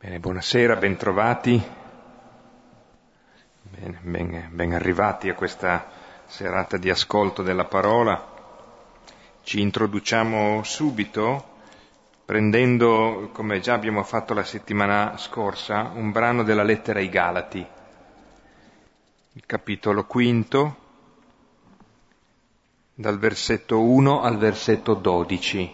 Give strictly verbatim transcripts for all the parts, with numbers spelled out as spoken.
Bene, buonasera, bentrovati, bene, ben, ben arrivati a questa serata di ascolto della parola. Ci introduciamo subito prendendo, come già abbiamo fatto la settimana scorsa, un brano della lettera ai Galati, il capitolo quinto, dal versetto uno al versetto dodici,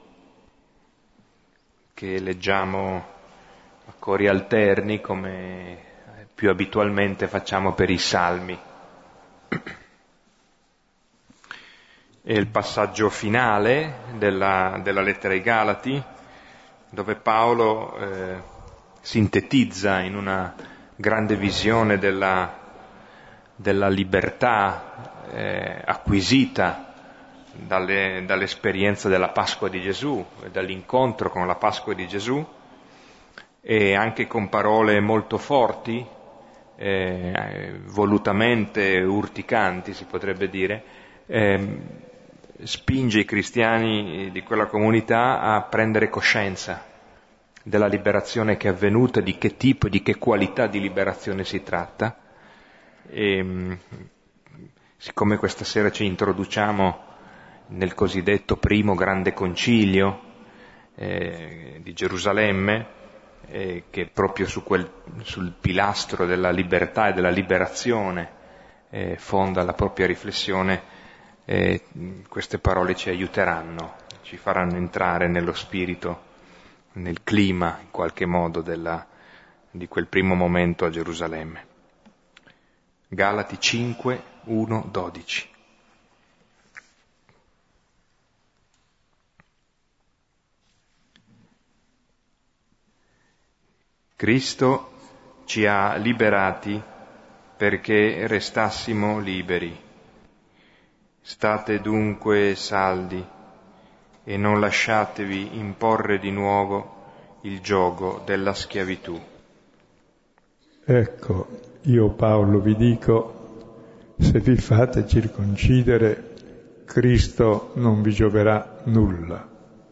che leggiamo a cori alterni come più abitualmente facciamo per i salmi. È il passaggio finale della, della lettera ai Galati, dove Paolo eh, sintetizza in una grande visione della, della libertà eh, acquisita dalle, dall'esperienza della Pasqua di Gesù e dall'incontro con la Pasqua di Gesù, e anche con parole molto forti, eh, volutamente urticanti si potrebbe dire, eh, spinge i cristiani di quella comunità a prendere coscienza della liberazione che è avvenuta, di che tipo, di che qualità di liberazione si tratta. E siccome questa sera ci introduciamo nel cosiddetto primo grande concilio eh, di Gerusalemme, eh, che proprio su quel, sul pilastro della libertà e della liberazione eh, fonda la propria riflessione, eh, queste parole ci aiuteranno, ci faranno entrare nello spirito, nel clima in qualche modo della, di quel primo momento a Gerusalemme. Galati cinque, uno, dodici. Cristo ci ha liberati perché restassimo liberi. State dunque saldi e non lasciatevi imporre di nuovo il giogo della schiavitù. Ecco, io Paolo vi dico, se vi fate circoncidere, Cristo non vi gioverà nulla.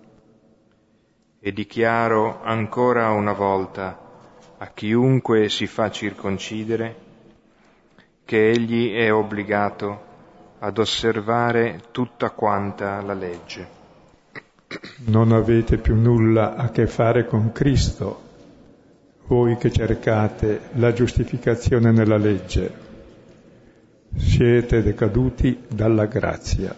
E dichiaro ancora una volta a chiunque si fa circoncidere che egli è obbligato ad osservare tutta quanta la legge. Non avete più nulla a che fare con Cristo, voi che cercate la giustificazione nella legge. Siete decaduti dalla grazia.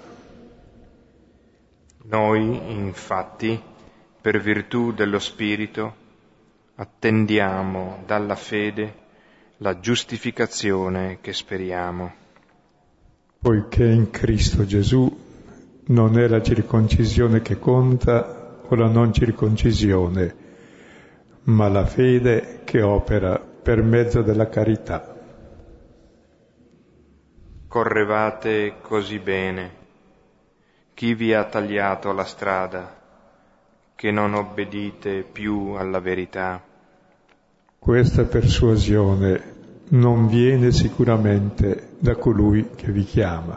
Noi, infatti, per virtù dello Spirito, attendiamo dalla fede la giustificazione che speriamo. Poiché in Cristo Gesù non è la circoncisione che conta o la non circoncisione, ma la fede che opera per mezzo della carità. Correvate così bene. Chi vi ha tagliato la strada, che non obbedite più alla verità? Questa persuasione non viene sicuramente da colui che vi chiama.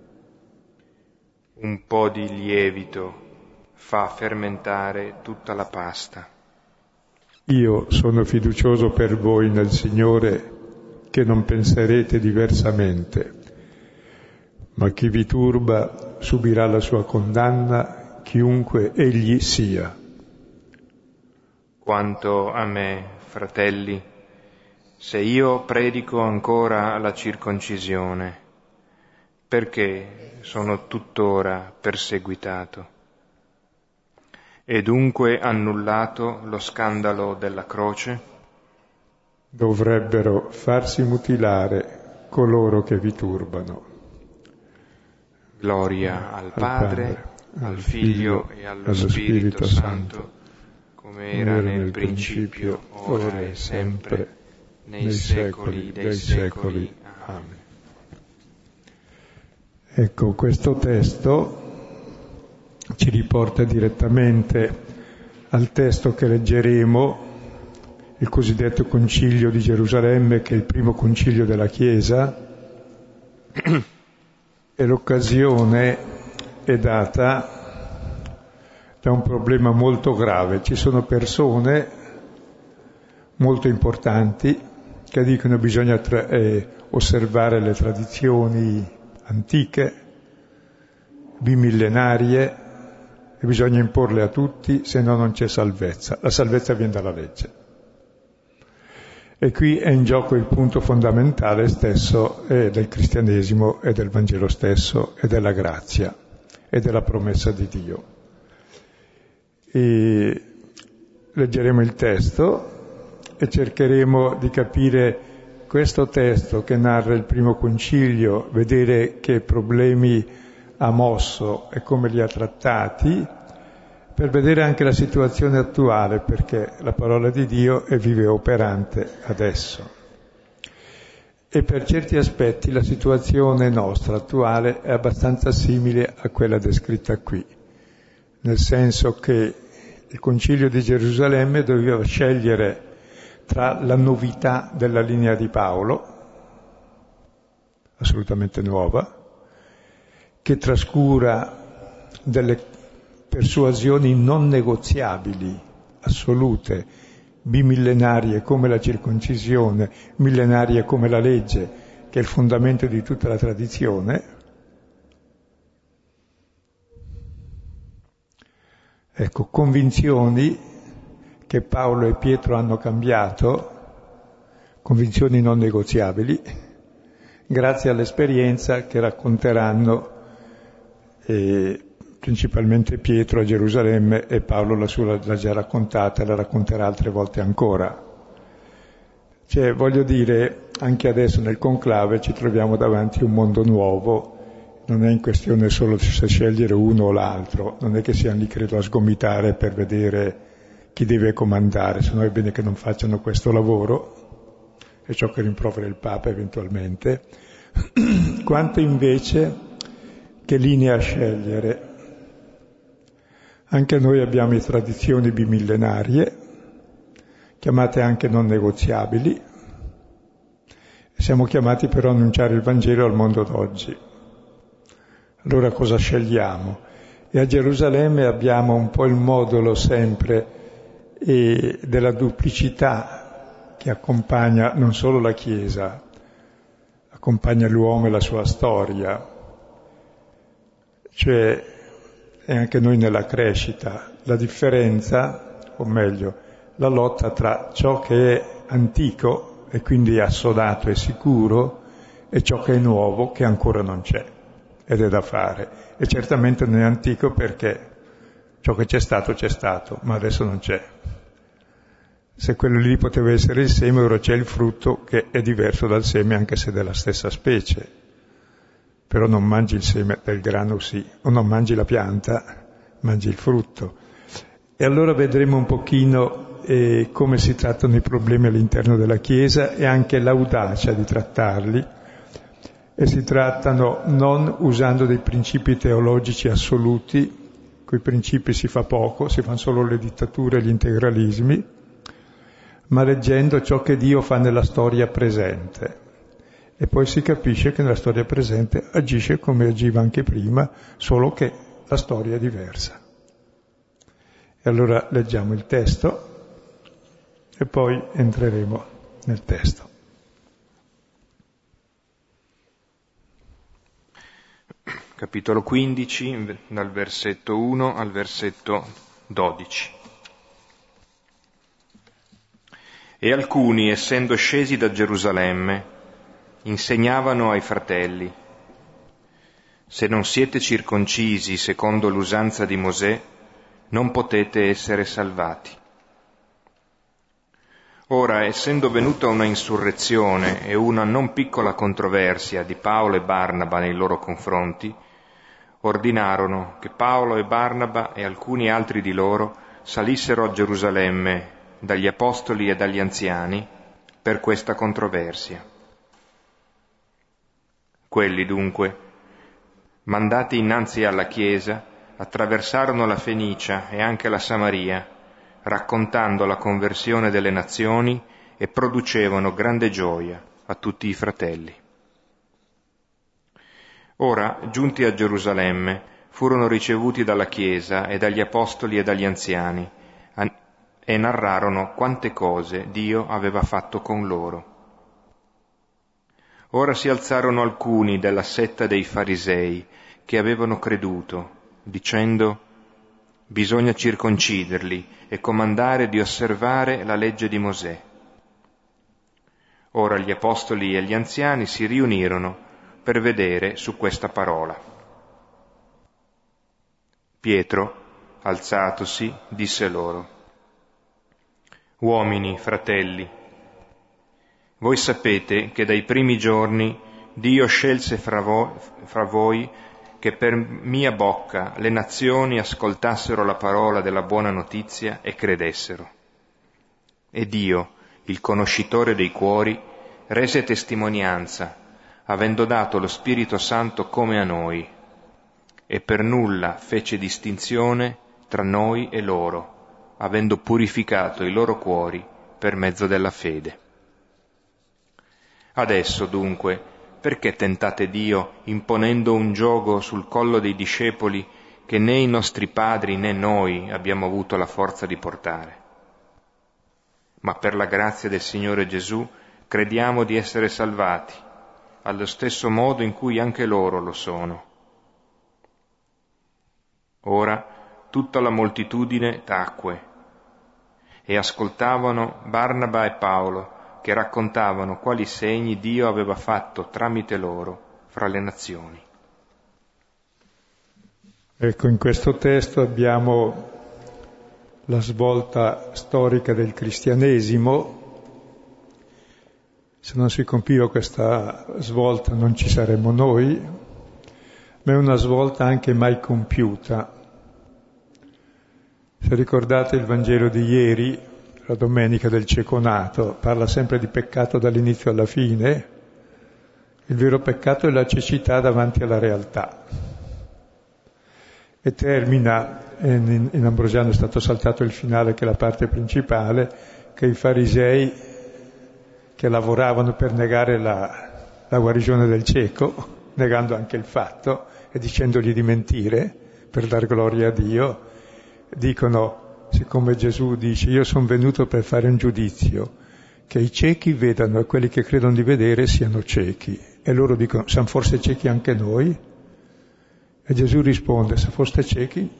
Un po' di lievito fa fermentare tutta la pasta. Io sono fiducioso per voi nel Signore che non penserete diversamente, ma chi vi turba subirà la sua condanna, chiunque egli sia. Quanto a me, fratelli, se io predico ancora la circoncisione, perché sono tuttora perseguitato? E dunque annullato lo scandalo della croce? Dovrebbero farsi mutilare coloro che vi turbano. Gloria al, al Padre, Padre, al Figlio e allo, allo Spirito, Spirito Santo, come era nel principio, ora e sempre, nei secoli dei secoli. Amen. Ecco, questo testo ci riporta direttamente al testo che leggeremo, il cosiddetto Concilio di Gerusalemme, che è il primo concilio della Chiesa, e l'occasione è data da un problema molto grave. Ci sono persone molto importanti che dicono che bisogna tra- eh, osservare le tradizioni antiche, bimillenarie, e bisogna imporle a tutti, se no non c'è salvezza. La salvezza viene dalla legge. E qui è in gioco il punto fondamentale stesso eh, del cristianesimo e del Vangelo stesso e della grazia e della promessa di Dio. E leggeremo il testo e cercheremo di capire questo testo che narra il primo concilio, vedere che problemi ha mosso e come li ha trattati, per vedere anche la situazione attuale, perché la parola di Dio è viva e operante adesso. E per certi aspetti la situazione nostra attuale è abbastanza simile a quella descritta qui, nel senso che il Concilio di Gerusalemme doveva scegliere tra la novità della linea di Paolo, assolutamente nuova, che trascura delle persuasioni non negoziabili, assolute, bimillenarie come la circoncisione, millenarie come la legge, che è il fondamento di tutta la tradizione. Ecco, convinzioni che Paolo e Pietro hanno cambiato, convinzioni non negoziabili, grazie all'esperienza che racconteranno eh, principalmente Pietro a Gerusalemme, e Paolo la sua l'ha già raccontata e la racconterà altre volte ancora. Cioè, voglio dire, anche adesso nel conclave ci troviamo davanti a un mondo nuovo, non è in questione solo se scegliere uno o l'altro, non è che siamo lì credo a sgomitare per vedere chi deve comandare, se no è bene che non facciano questo lavoro, è ciò che rimprovera il Papa eventualmente, quanto invece che linea scegliere. Anche noi abbiamo tradizioni bimillenarie, chiamate anche non negoziabili, e siamo chiamati però a annunciare il Vangelo al mondo d'oggi. Allora cosa scegliamo? E a Gerusalemme abbiamo un po' il modulo sempre eh, della duplicità che accompagna non solo la Chiesa, accompagna l'uomo e la sua storia, cioè e anche noi nella crescita, la differenza, o meglio, la lotta tra ciò che è antico e quindi assodato e sicuro e ciò che è nuovo che ancora non c'è ed è da fare. E certamente non è antico perché ciò che c'è stato c'è stato, ma adesso non c'è. Se quello lì poteva essere il seme, ora c'è il frutto che è diverso dal seme anche se della stessa specie. Però non mangi il seme del grano, sì, o non mangi la pianta, mangi il frutto. E allora vedremo un pochino eh, come si trattano i problemi all'interno della Chiesa e anche l'audacia di trattarli. E si trattano non usando dei principi teologici assoluti, coi principi si fa poco, si fanno solo le dittature e gli integralismi, ma leggendo ciò che Dio fa nella storia presente. E poi si capisce che nella storia presente agisce come agiva anche prima, solo che la storia è diversa. E allora leggiamo il testo e poi entreremo nel testo. Capitolo quindici, dal versetto uno al versetto dodici. E alcuni, essendo scesi da Gerusalemme, insegnavano ai fratelli: se non siete circoncisi secondo l'usanza di Mosè, non potete essere salvati. Ora, essendo venuta una insurrezione e una non piccola controversia di Paolo e Barnaba nei loro confronti, ordinarono che Paolo e Barnaba e alcuni altri di loro salissero a Gerusalemme dagli apostoli e dagli anziani per questa controversia. Quelli dunque, mandati innanzi alla Chiesa, attraversarono la Fenicia e anche la Samaria, raccontando la conversione delle nazioni, e producevano grande gioia a tutti i fratelli. Ora, giunti a Gerusalemme, furono ricevuti dalla Chiesa e dagli apostoli e dagli anziani, e narrarono quante cose Dio aveva fatto con loro. Ora si alzarono alcuni della setta dei farisei che avevano creduto, dicendo: bisogna circonciderli e comandare di osservare la legge di Mosè. Ora gli apostoli e gli anziani si riunirono per vedere su questa parola. Pietro, alzatosi, disse loro: uomini, fratelli, voi sapete che dai primi giorni Dio scelse fra voi, fra voi che per mia bocca le nazioni ascoltassero la parola della buona notizia e credessero. E Dio, il conoscitore dei cuori, rese testimonianza, avendo dato lo Spirito Santo come a noi, e per nulla fece distinzione tra noi e loro, avendo purificato i loro cuori per mezzo della fede. Adesso, dunque, perché tentate Dio imponendo un giogo sul collo dei discepoli che né i nostri padri né noi abbiamo avuto la forza di portare? Ma per la grazia del Signore Gesù crediamo di essere salvati, allo stesso modo in cui anche loro lo sono. Ora tutta la moltitudine tacque e ascoltavano Barnaba e Paolo, che raccontavano quali segni Dio aveva fatto tramite loro fra le nazioni. Ecco, in questo testo abbiamo la svolta storica del cristianesimo. Se non si compiva questa svolta non ci saremmo noi, ma è una svolta anche mai compiuta. Se ricordate il Vangelo di ieri, la domenica del cieco nato, parla sempre di peccato dall'inizio alla fine. Il vero peccato è la cecità davanti alla realtà. E termina, in, in Ambrosiano è stato saltato il finale che è la parte principale, che i farisei che lavoravano per negare la, la guarigione del cieco, negando anche il fatto e dicendogli di mentire per dar gloria a Dio, dicono, siccome Gesù dice io sono venuto per fare un giudizio, che i ciechi vedano e quelli che credono di vedere siano ciechi. E loro dicono, siamo forse ciechi anche noi? E Gesù risponde, se foste ciechi non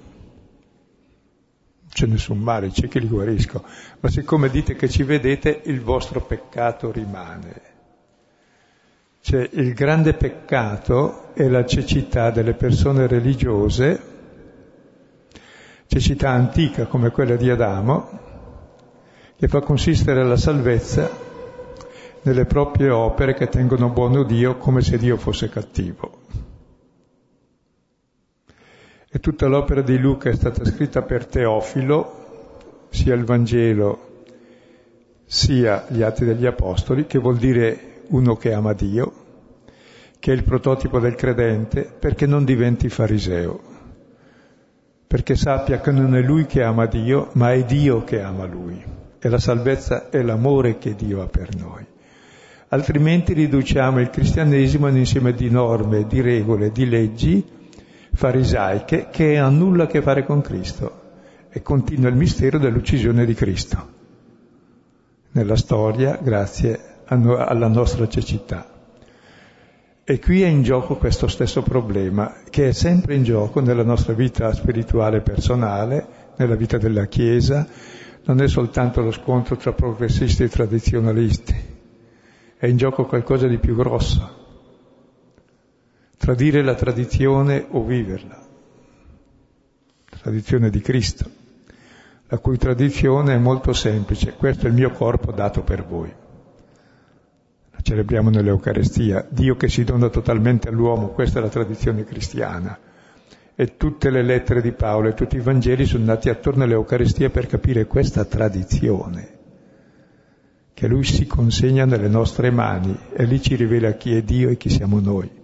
c'è nessun male, i ciechi li guarisco, ma siccome dite che ci vedete, il vostro peccato rimane. Cioè il grande peccato è la cecità delle persone religiose, cecità antica come quella di Adamo, che fa consistere la salvezza nelle proprie opere che tengono buono Dio come se Dio fosse cattivo. E tutta l'opera di Luca è stata scritta per Teofilo, sia il Vangelo sia gli Atti degli Apostoli, che vuol dire uno che ama Dio, che è il prototipo del credente, perché non diventi fariseo, perché sappia che non è lui che ama Dio, ma è Dio che ama lui. E la salvezza è l'amore che Dio ha per noi. Altrimenti riduciamo il cristianesimo a un insieme di norme, di regole, di leggi farisaiche che hanno nulla a che fare con Cristo. E continua il mistero dell'uccisione di Cristo nella storia grazie a no- alla nostra cecità. E qui è in gioco questo stesso problema, che è sempre in gioco nella nostra vita spirituale personale, nella vita della Chiesa. Non è soltanto lo scontro tra progressisti e tradizionalisti, è in gioco qualcosa di più grosso. Tradire la tradizione o viverla. La tradizione di Cristo, la cui tradizione è molto semplice. Questo è il mio corpo dato per voi. La celebriamo nell'Eucarestia. Dio che si dona totalmente all'uomo, questa è la tradizione cristiana. E tutte le lettere di Paolo e tutti i Vangeli sono nati attorno all'Eucarestia per capire questa tradizione, che Lui si consegna nelle nostre mani e lì ci rivela chi è Dio e chi siamo noi.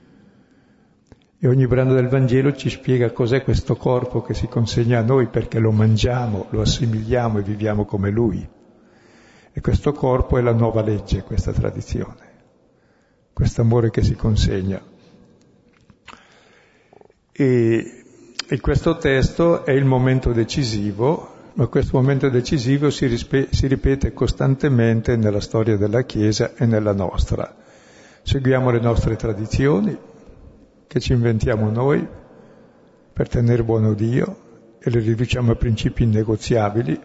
E ogni brano del Vangelo ci spiega cos'è questo corpo che si consegna a noi, perché lo mangiamo, lo assimiliamo e viviamo come Lui. E questo corpo è la nuova legge, questa tradizione, questo amore che si consegna. E, e questo testo è il momento decisivo, ma questo momento decisivo si, rispe- si ripete costantemente nella storia della Chiesa e nella nostra. Seguiamo le nostre tradizioni, che ci inventiamo noi per tenere buono Dio e le riduciamo a principi innegoziabili,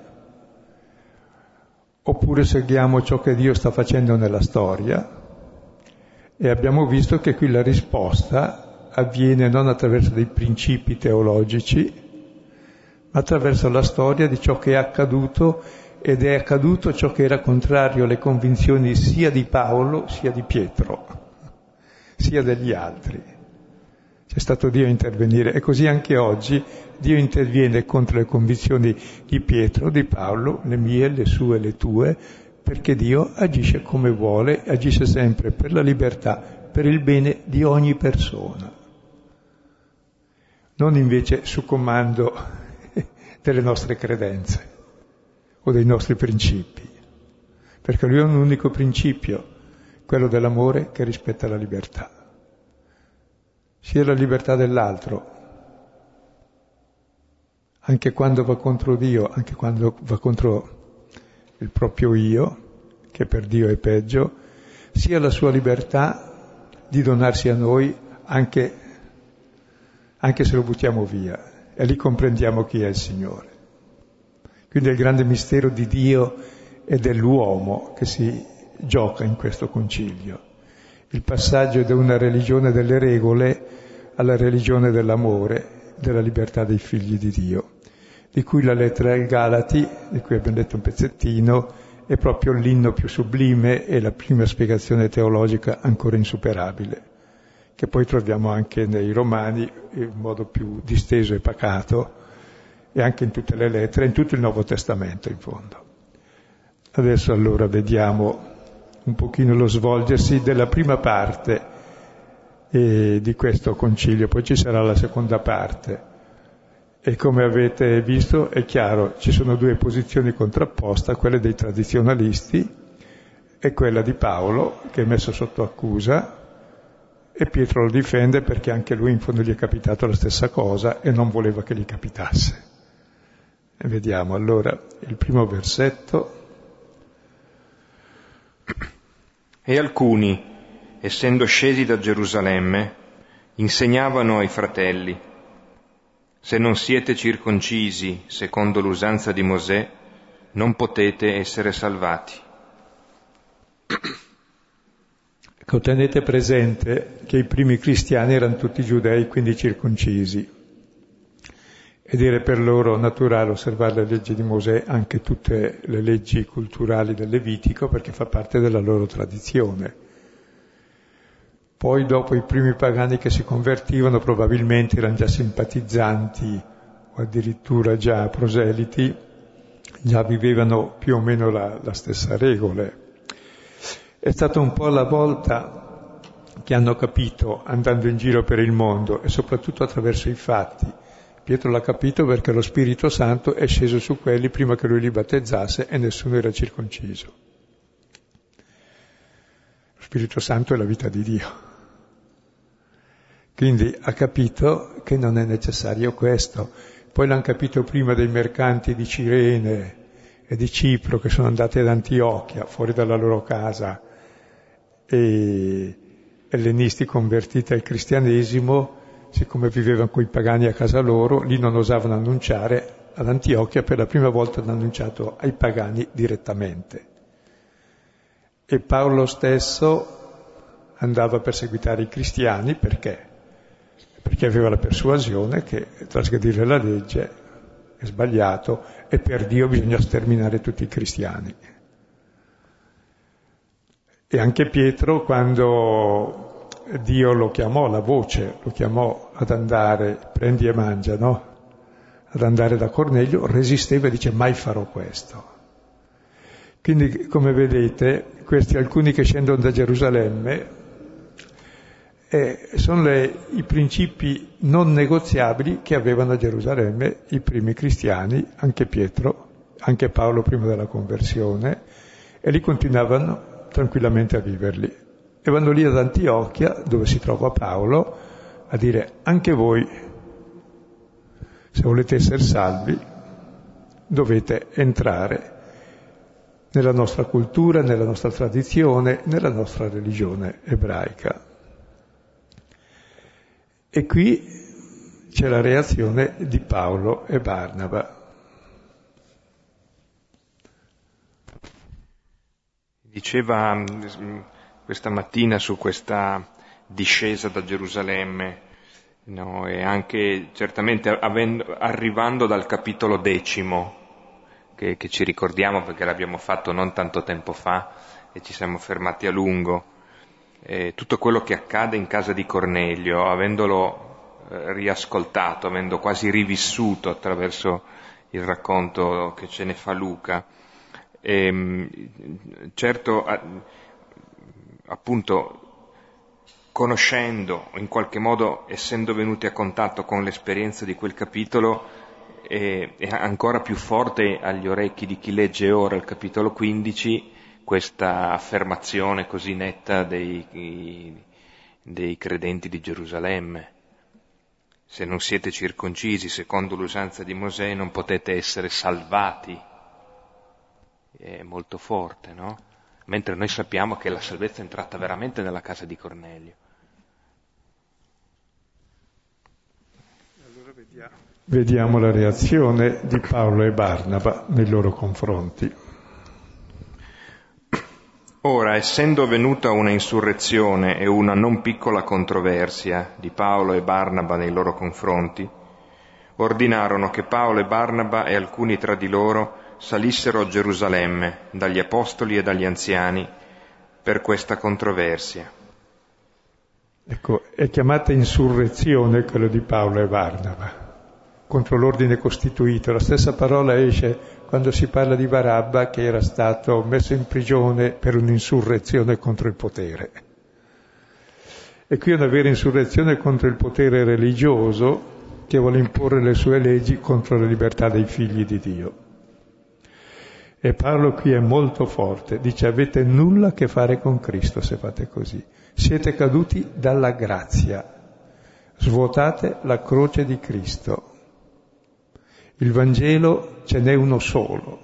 oppure seguiamo ciò che Dio sta facendo nella storia e abbiamo visto che qui la risposta avviene non attraverso dei principi teologici, ma attraverso la storia di ciò che è accaduto, ed è accaduto ciò che era contrario alle convinzioni sia di Paolo sia di Pietro, sia degli altri. C'è stato Dio a intervenire, e così anche oggi Dio interviene contro le convinzioni di Pietro, di Paolo, le mie, le sue, le tue, perché Dio agisce come vuole, agisce sempre per la libertà, per il bene di ogni persona, non invece su comando delle nostre credenze o dei nostri principi, perché Lui ha un unico principio, quello dell'amore che rispetta la libertà, sia la libertà dell'altro, anche quando va contro Dio, anche quando va contro il proprio io, che per Dio è peggio, sia la sua libertà di donarsi a noi anche, anche se lo buttiamo via. E lì comprendiamo chi è il Signore. Quindi è il grande mistero di Dio e dell'uomo che si gioca in questo concilio. Il passaggio da una religione delle regole alla religione dell'amore, della libertà dei figli di Dio, di cui la lettera ai Galati, di cui abbiamo detto un pezzettino, è proprio l'inno più sublime e la prima spiegazione teologica ancora insuperabile, che poi troviamo anche nei Romani in modo più disteso e pacato, e anche in tutte le lettere, in tutto il Nuovo Testamento in fondo. Adesso allora vediamo un pochino lo svolgersi della prima parte eh, di questo concilio, poi ci sarà la seconda parte. E come avete visto è chiaro, ci sono due posizioni contrapposte, quelle dei tradizionalisti e quella di Paolo, che è messo sotto accusa, e Pietro lo difende perché anche lui in fondo gli è capitato la stessa cosa e non voleva che gli capitasse. E vediamo allora il primo versetto. E alcuni, essendo scesi da Gerusalemme, insegnavano ai fratelli: se non siete circoncisi secondo l'usanza di Mosè, non potete essere salvati. Ecco, tenete presente che i primi cristiani erano tutti giudei, quindi circoncisi, ed era per loro naturale osservare le leggi di Mosè, anche tutte le leggi culturali del Levitico, perché fa parte della loro tradizione. Poi dopo i primi pagani che si convertivano probabilmente erano già simpatizzanti o addirittura già proseliti, già vivevano più o meno la, la stessa regole. È stata un po' la volta che hanno capito andando in giro per il mondo e soprattutto attraverso i fatti. Pietro l'ha capito perché lo Spirito Santo è sceso su quelli prima che lui li battezzasse e nessuno era circonciso. Lo Spirito Santo è la vita di Dio. Quindi ha capito che non è necessario questo. Poi l'hanno capito prima dei mercanti di Cirene e di Cipro che sono andati ad Antiochia, fuori dalla loro casa, e ellenisti convertiti al cristianesimo, siccome vivevano coi pagani a casa loro, lì non osavano annunciare. Ad Antiochia per la prima volta hanno annunciato ai pagani direttamente. E Paolo stesso andava a perseguitare i cristiani perché? Perché aveva la persuasione che trasgredire la legge è sbagliato e per Dio bisogna sterminare tutti i cristiani. E anche Pietro, quando Dio lo chiamò alla voce, lo chiamò ad andare, prendi e mangia, no? Ad andare da Cornelio, resisteva e dice mai farò questo. Quindi, come vedete, questi alcuni che scendono da Gerusalemme eh, sono le, i principi non negoziabili che avevano a Gerusalemme i primi cristiani, anche Pietro, anche Paolo prima della conversione, e lì continuavano tranquillamente a viverli. E vanno lì ad Antiochia, dove si trova Paolo, a dire anche voi, se volete essere salvi, dovete entrare nella nostra cultura, nella nostra tradizione, nella nostra religione ebraica. E qui c'è la reazione di Paolo e Barnaba. Diceva questa mattina su questa discesa da Gerusalemme, no? E anche certamente avendo, arrivando dal capitolo decimo, che, che ci ricordiamo perché l'abbiamo fatto non tanto tempo fa e ci siamo fermati a lungo, eh, tutto quello che accade in casa di Cornelio, avendolo eh, riascoltato, avendo quasi rivissuto attraverso il racconto che ce ne fa Luca, e, certo, appunto, conoscendo, in qualche modo, essendo venuti a contatto con l'esperienza di quel capitolo, è, è ancora più forte agli orecchi di chi legge ora il capitolo quindici questa affermazione così netta dei, dei credenti di Gerusalemme. Se non siete circoncisi secondo l'usanza di Mosè non potete essere salvati. È molto forte, no? Mentre noi sappiamo che la salvezza è entrata veramente nella casa di Cornelio. Allora vediamo. Vediamo la reazione di Paolo e Barnaba nei loro confronti. Ora, essendo venuta una insurrezione e una non piccola controversia di Paolo e Barnaba nei loro confronti, ordinarono che Paolo e Barnaba e alcuni tra di loro salissero a Gerusalemme dagli apostoli e dagli anziani per questa controversia. Ecco, è chiamata insurrezione quello di Paolo e Barnaba, contro l'ordine costituito. La stessa parola esce quando si parla di Barabba, che era stato messo in prigione per un'insurrezione contro il potere. E qui è una vera insurrezione contro il potere religioso che vuole imporre le sue leggi contro la libertà dei figli di Dio. E Paolo qui è molto forte, dice: avete nulla a che fare con Cristo se fate così. Siete caduti dalla grazia, svuotate la croce di Cristo. Il Vangelo ce n'è uno solo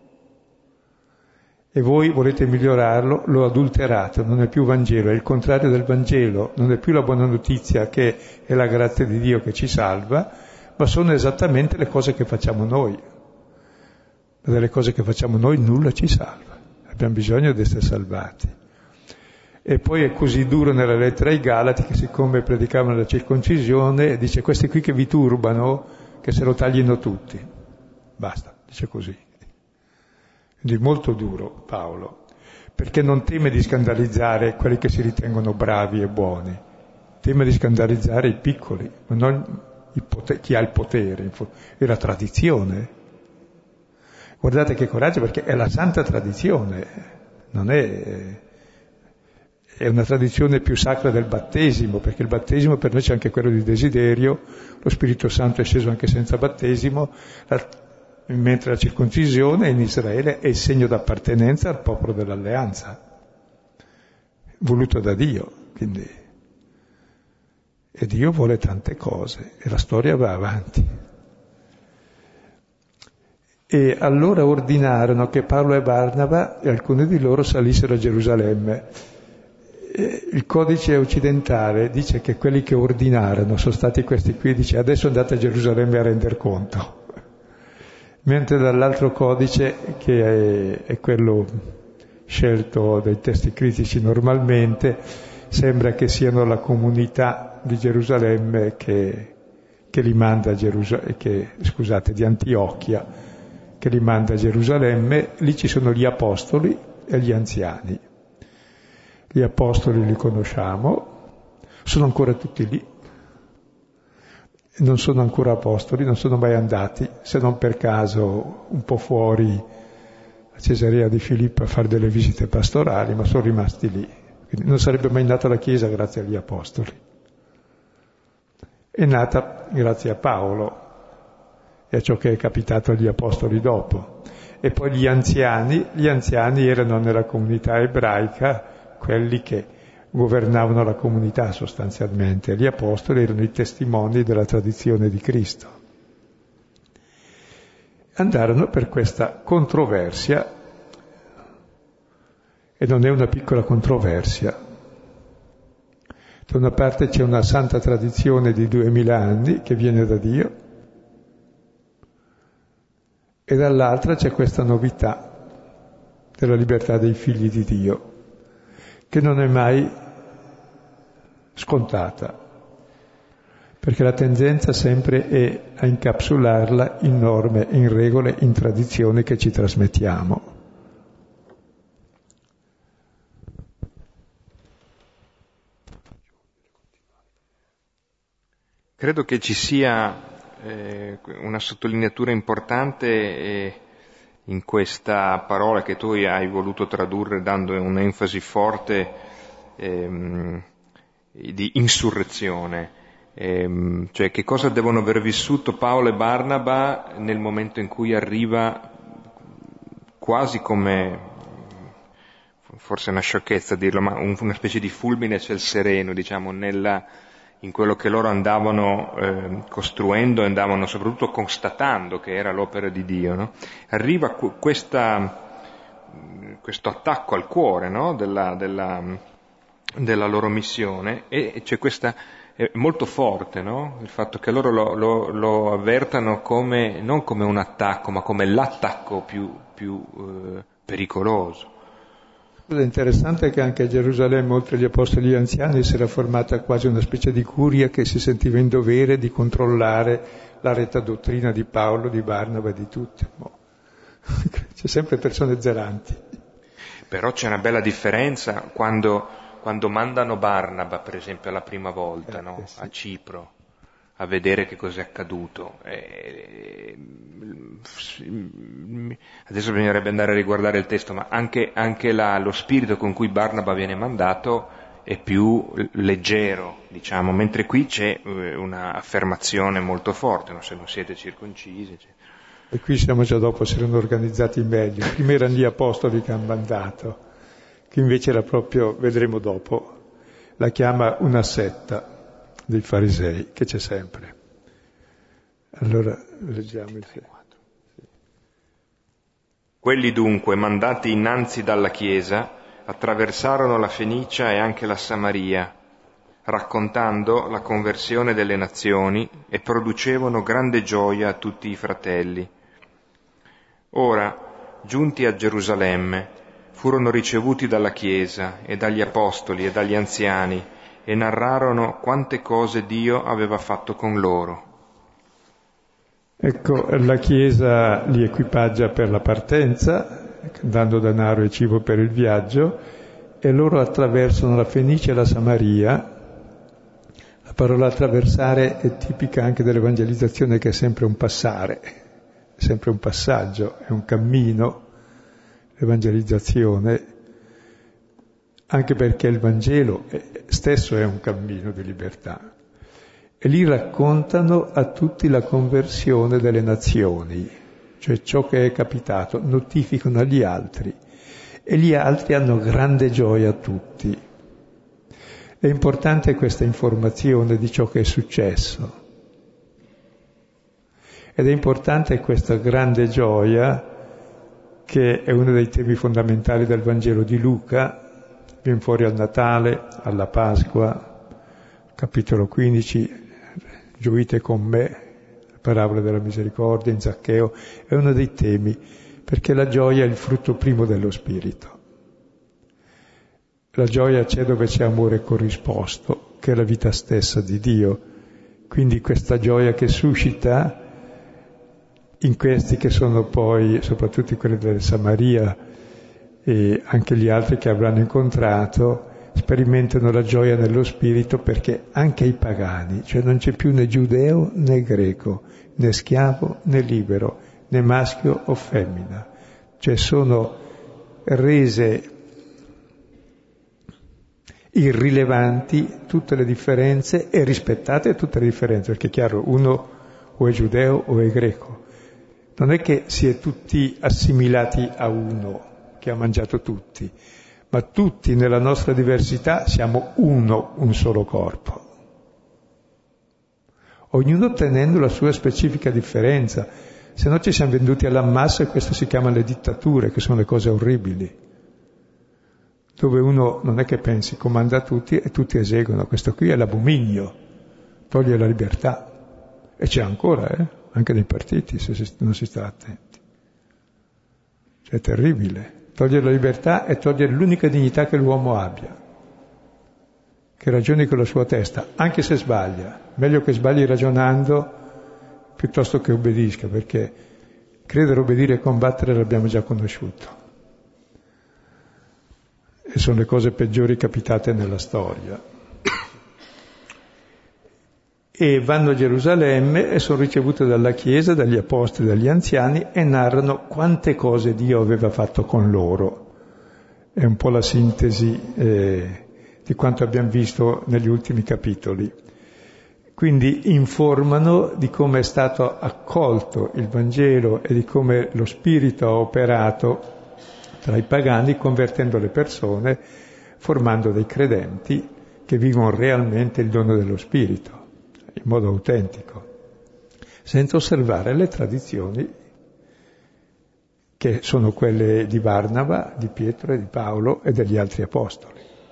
e voi volete migliorarlo, lo adulterate, non è più Vangelo, è il contrario del Vangelo, non è più la buona notizia che è la grazia di Dio che ci salva, ma sono esattamente le cose che facciamo noi. Delle cose che facciamo noi nulla ci salva, abbiamo bisogno di essere salvati. E poi è così duro nella lettera ai Galati che, siccome predicavano la circoncisione, dice: questi qui che vi turbano, che se lo taglino tutti. Basta, dice così. Quindi molto duro Paolo, perché non teme di scandalizzare quelli che si ritengono bravi e buoni, teme di scandalizzare i piccoli, ma non i poter- chi ha il potere, è la tradizione. Guardate che coraggio, perché è la santa tradizione, non è, è una tradizione più sacra del battesimo, perché il battesimo per noi c'è anche quello di desiderio, lo Spirito Santo è sceso anche senza battesimo, la, mentre la circoncisione in Israele è il segno d'appartenenza al popolo dell'alleanza, voluto da Dio, quindi. E Dio vuole tante cose, e la storia va avanti. E allora ordinarono che Paolo e Barnaba e alcuni di loro salissero a Gerusalemme. E il codice occidentale dice che quelli che ordinarono sono stati questi qui, dice: adesso andate a Gerusalemme a render conto. Mentre dall'altro codice, che è, è quello scelto dai testi critici normalmente, sembra che siano la comunità di Gerusalemme che, che li manda a Gerusalemme, che, scusate, di Antiochia, che li manda a Gerusalemme. Lì ci sono gli apostoli e gli anziani. Gli apostoli li conosciamo, sono ancora tutti lì, non sono ancora apostoli, non sono mai andati, se non per caso un po' fuori a Cesarea di Filippo a fare delle visite pastorali, ma sono rimasti lì. Quindi non sarebbe mai nata la Chiesa grazie agli apostoli. È nata grazie a Paolo e a ciò che è capitato agli apostoli dopo. E poi gli anziani, gli anziani erano nella comunità ebraica quelli che governavano la comunità sostanzialmente. Gli apostoli erano i testimoni della tradizione di Cristo. andarono per questa controversia, e non è una piccola controversia. Da una parte c'è una santa tradizione di duemila anni che viene da Dio, e dall'altra c'è questa novità della libertà dei figli di Dio, che non è mai scontata, perché la tendenza sempre è a incapsularla in norme, in regole, in tradizioni che ci trasmettiamo. Credo che ci sia eh, una sottolineatura importante eh, in questa parola che tu hai voluto tradurre dando un'enfasi forte ehm, di insurrezione, ehm, cioè che cosa devono aver vissuto Paolo e Barnaba nel momento in cui arriva quasi come, forse è una sciocchezza dirlo, ma un, una specie di fulmine a ciel sereno, diciamo, nella in quello che loro andavano eh, costruendo e andavano soprattutto constatando che era l'opera di Dio, no? Arriva questa, questo attacco al cuore, no? della, della, della loro missione, e c'è questa, è molto forte, no? Il fatto che loro lo, lo, lo avvertano come, non come un attacco, ma come l'attacco più, più eh, pericoloso. È interessante che anche a Gerusalemme, oltre agli apostoli anziani, si era formata quasi una specie di curia che si sentiva in dovere di controllare la retta dottrina di Paolo, di Barnaba e di tutti. C'è sempre persone zelanti. Però c'è una bella differenza quando, quando mandano Barnaba, per esempio, la prima volta, eh, no? eh sì. a Cipro, a vedere che cos'è accaduto. E, adesso bisognerebbe andare a riguardare il testo, ma anche, anche la, lo spirito con cui Barnaba viene mandato è più leggero, diciamo, mentre qui c'è una affermazione molto forte, no? Se non siete circoncisi. Cioè. E qui siamo già dopo, si erano organizzati meglio. Prima erano gli apostoli che hanno mandato, che invece era proprio, vedremo dopo, la chiama una setta dei farisei, che c'è sempre. Allora, leggiamo il sì. Quelli dunque, mandati innanzi dalla Chiesa, attraversarono la Fenicia e anche la Samaria, raccontando la conversione delle nazioni e producevano grande gioia a tutti i fratelli. Ora, giunti a Gerusalemme, furono ricevuti dalla Chiesa e dagli apostoli e dagli anziani e narrarono quante cose Dio aveva fatto con loro. Ecco, la Chiesa li equipaggia per la partenza, dando denaro e cibo per il viaggio, e loro attraversano la Fenicia e la Samaria. La parola attraversare è tipica anche dell'evangelizzazione, che è sempre un passare, è sempre un passaggio, è un cammino, l'evangelizzazione, anche perché il Vangelo stesso è un cammino di libertà. E lì raccontano a tutti la conversione delle nazioni, cioè ciò che è capitato, notificano agli altri, e gli altri hanno grande gioia a tutti. È importante questa informazione di ciò che è successo. Ed è importante questa grande gioia, che è uno dei temi fondamentali del Vangelo di Luca, viene fuori al Natale, alla Pasqua, capitolo quindici, gioite con me, la parabola della misericordia in Zaccheo, è uno dei temi, perché la gioia è il frutto primo dello Spirito. La gioia c'è dove c'è amore corrisposto, che è la vita stessa di Dio. Quindi questa gioia che suscita in questi che sono poi, soprattutto quelli della Samaria e anche gli altri che avranno incontrato, sperimentano la gioia nello spirito, perché anche i pagani, cioè non c'è più né giudeo né greco, né schiavo né libero, né maschio o femmina, cioè sono rese irrilevanti tutte le differenze e rispettate tutte le differenze, perché è chiaro, uno o è giudeo o è greco, non è che si è tutti assimilati a uno che ha mangiato tutti, ma tutti nella nostra diversità siamo uno, un solo corpo. Ognuno tenendo la sua specifica differenza. Se no ci siamo venduti all'ammasso, e questo si chiama le dittature, che sono le cose orribili, dove uno non è che pensi, comanda tutti e tutti eseguono. Questo qui è l'abominio, toglie la libertà. E c'è ancora, eh? Anche nei partiti, se non si sta attenti. Cioè, è terribile. Togliere la libertà è togliere l'unica dignità che l'uomo abbia, che ragioni con la sua testa, anche se sbaglia. Meglio che sbagli ragionando piuttosto che obbedisca, perché credere, obbedire e combattere l'abbiamo già conosciuto. E sono le cose peggiori capitate nella storia. E vanno a Gerusalemme e sono ricevute dalla Chiesa, dagli apostoli, dagli anziani, e narrano quante cose Dio aveva fatto con loro. È un po' la sintesi eh, di quanto abbiamo visto negli ultimi capitoli. Quindi informano di come è stato accolto il Vangelo e di come lo Spirito ha operato tra i pagani, convertendo le persone, formando dei credenti che vivono realmente il dono dello Spirito, in modo autentico, senza osservare le tradizioni che sono quelle di Barnaba, di Pietro e di Paolo e degli altri apostoli.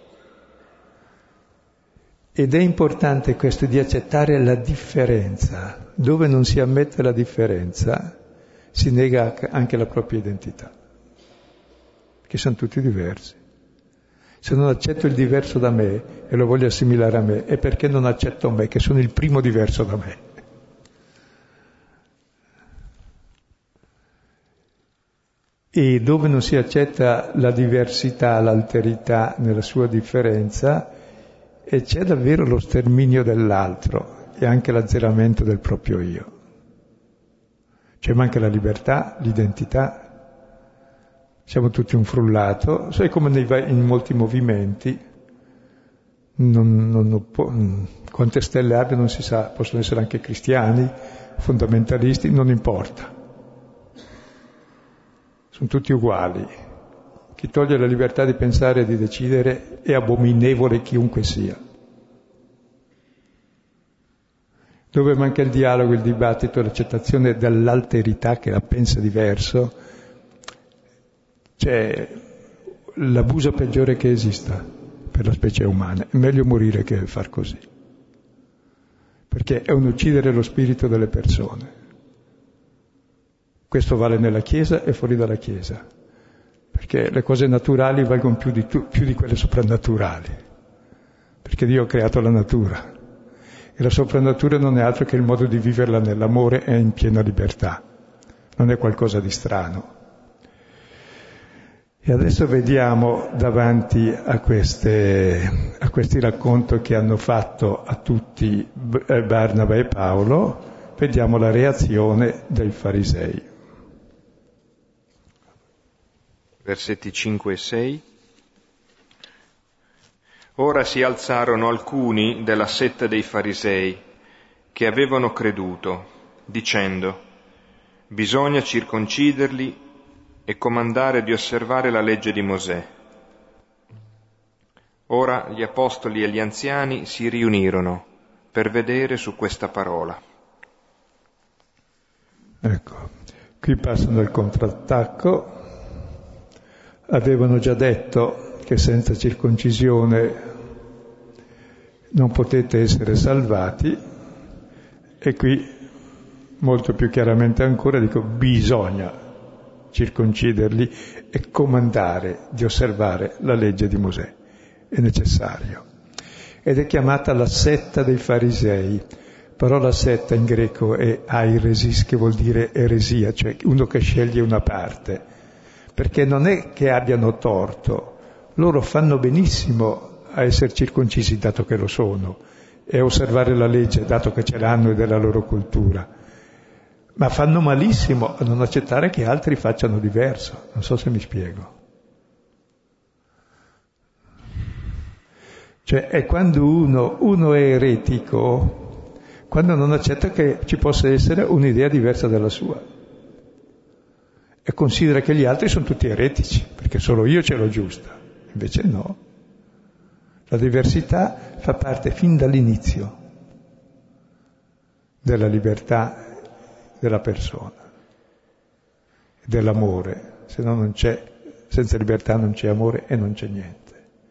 Ed è importante questo di accettare la differenza. Dove non si ammette la differenza, si nega anche la propria identità, perché sono tutti diversi. Se non accetto il diverso da me e lo voglio assimilare a me, è perché non accetto me, che sono il primo diverso da me. E dove non si accetta la diversità, l'alterità nella sua differenza, e c'è davvero lo sterminio dell'altro e anche l'azzeramento del proprio io. Cioè manca la libertà, l'identità. Siamo tutti un frullato, sai, come nei, in molti movimenti, non, non, non può, quante stelle abbia non si sa, possono essere anche cristiani, fondamentalisti, non importa. Sono tutti uguali. Chi toglie la libertà di pensare e di decidere è abominevole chiunque sia. Dove manca il dialogo, il dibattito, l'accettazione dell'alterità che la pensa diverso, c'è l'abuso peggiore che esista per la specie umana. È meglio morire che far così, perché è un uccidere lo spirito delle persone. Questo vale nella Chiesa e fuori dalla Chiesa, perché le cose naturali valgono più di, tu, più di quelle soprannaturali, perché Dio ha creato la natura e la soprannatura non è altro che il modo di viverla nell'amore e in piena libertà, non è qualcosa di strano. E adesso vediamo davanti a, queste, a questi racconti che hanno fatto a tutti Barnaba e Paolo, vediamo la reazione dei farisei. Versetti cinque e sei. Ora si alzarono alcuni della setta dei farisei che avevano creduto, dicendo: bisogna circonciderli e comandare di osservare la legge di Mosè. Ora gli apostoli e gli anziani si riunirono per vedere su questa parola. Ecco, qui passano il contrattacco. Avevano già detto che senza circoncisione non potete essere salvati, e qui molto più chiaramente ancora dico bisogna circonciderli e comandare di osservare la legge di Mosè. È necessario. Ed è chiamata la setta dei farisei. Parola setta in greco è airesis, che vuol dire eresia, cioè uno che sceglie una parte, perché non è che abbiano torto, loro fanno benissimo a essere circoncisi dato che lo sono e a osservare la legge dato che ce l'hanno e della loro cultura, ma fanno malissimo a non accettare che altri facciano diverso. Non so se mi spiego. Cioè è quando uno, uno è eretico, quando non accetta che ci possa essere un'idea diversa dalla sua e considera che gli altri sono tutti eretici, perché solo io ce l'ho giusta. Invece no. La diversità fa parte fin dall'inizio della libertà della persona. dell'amore, se no non c'è, senza libertà non c'è amore e non c'è niente.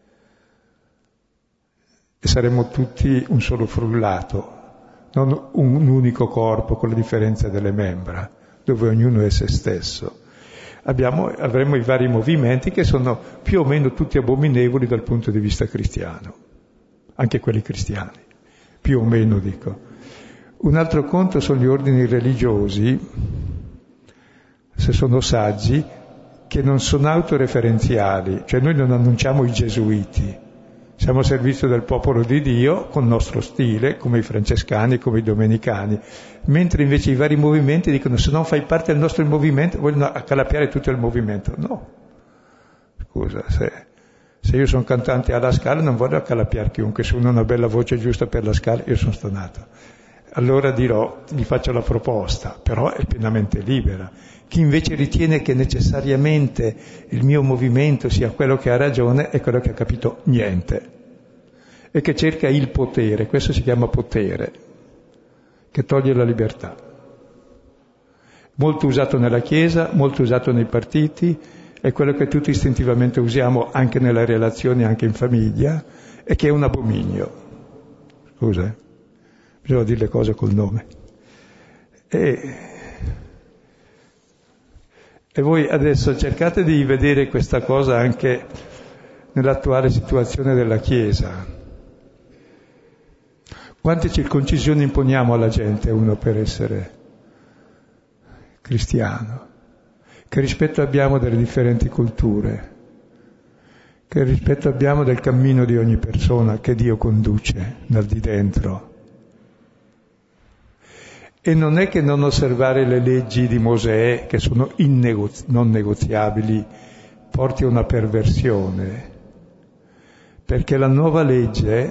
E saremmo tutti un solo frullato, non un unico corpo con la differenza delle membra, dove ognuno è se stesso. Abbiamo, avremo i vari movimenti che sono più o meno tutti abominevoli dal punto di vista cristiano, anche quelli cristiani, più o meno dico. Un altro conto sono gli ordini religiosi, se sono saggi, che non sono autoreferenziali, cioè noi non annunciamo i gesuiti, siamo a servizio del popolo di Dio con il nostro stile, come i francescani, come i domenicani, mentre invece i vari movimenti dicono se non fai parte del nostro movimento vogliono accalappiare tutto il movimento. No, scusa, se, se io sono cantante alla Scala non voglio accalappiare chiunque, se uno ha una bella voce giusta per la Scala, io sono stonato. Allora dirò, gli faccio la proposta, però è pienamente libera. Chi invece ritiene che necessariamente il mio movimento sia quello che ha ragione è quello che ha capito niente e che cerca il potere, questo si chiama potere, che toglie la libertà. Molto usato nella Chiesa, molto usato nei partiti, è quello che tutti istintivamente usiamo anche nelle relazioni, anche in famiglia, e che è un abominio. Scusa, eh? Bisogna dire le cose col nome. E... E voi adesso cercate di vedere questa cosa anche nell'attuale situazione della Chiesa. Quante circoncisioni imponiamo alla gente uno per essere cristiano? Che rispetto abbiamo delle differenti culture? Che rispetto abbiamo del cammino di ogni persona che Dio conduce dal di dentro? E non è che non osservare le leggi di Mosè, che sono innegozi- non negoziabili, porti a una perversione, perché la nuova legge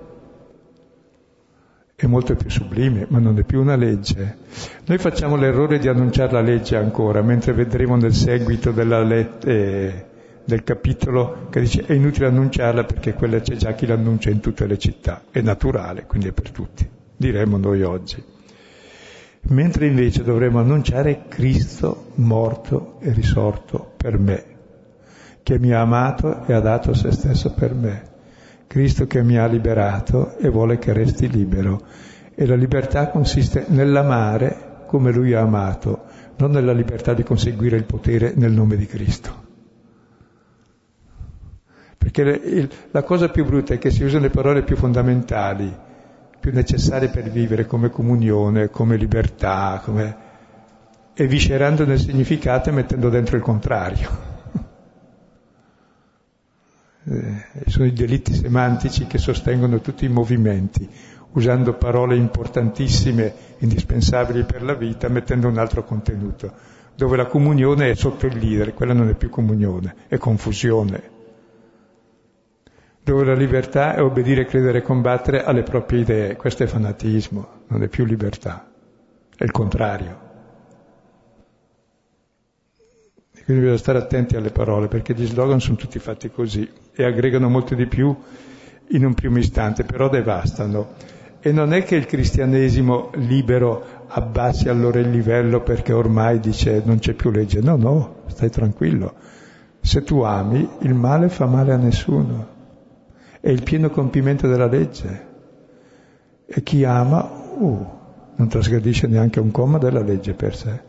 è molto più sublime, ma non è più una legge. Noi facciamo l'errore di annunciare la legge ancora, mentre vedremo nel seguito della let- eh, del capitolo che dice è inutile annunciarla perché quella c'è già chi l'annuncia in tutte le città, è naturale, quindi è per tutti, diremmo noi oggi. Mentre invece dovremmo annunciare Cristo morto e risorto per me, che mi ha amato e ha dato se stesso per me, Cristo che mi ha liberato e vuole che resti libero, e la libertà consiste nell'amare come Lui ha amato, non nella libertà di conseguire il potere nel nome di Cristo. Perché le, il, la cosa più brutta è che si usano le parole più fondamentali, più necessarie per vivere, come comunione, come libertà, come... e viscerando nel significato e mettendo dentro il contrario. Eh, sono i delitti semantici che sostengono tutti i movimenti, usando parole importantissime, indispensabili per la vita, mettendo un altro contenuto, dove la comunione è sotto il leader, quella non è più comunione, è confusione. Dove la libertà è obbedire, credere e combattere alle proprie idee. Questo è fanatismo, non è più libertà, è il contrario. E quindi bisogna stare attenti alle parole, perché gli slogan sono tutti fatti così e aggregano molto di più in un primo istante, però devastano. E non è che il cristianesimo libero abbassi allora il livello perché ormai dice non c'è più legge. No, no, stai tranquillo. Se tu ami, il male fa male a nessuno. È il pieno compimento della legge. E chi ama, uh, non trasgredisce neanche un comma della legge per sé.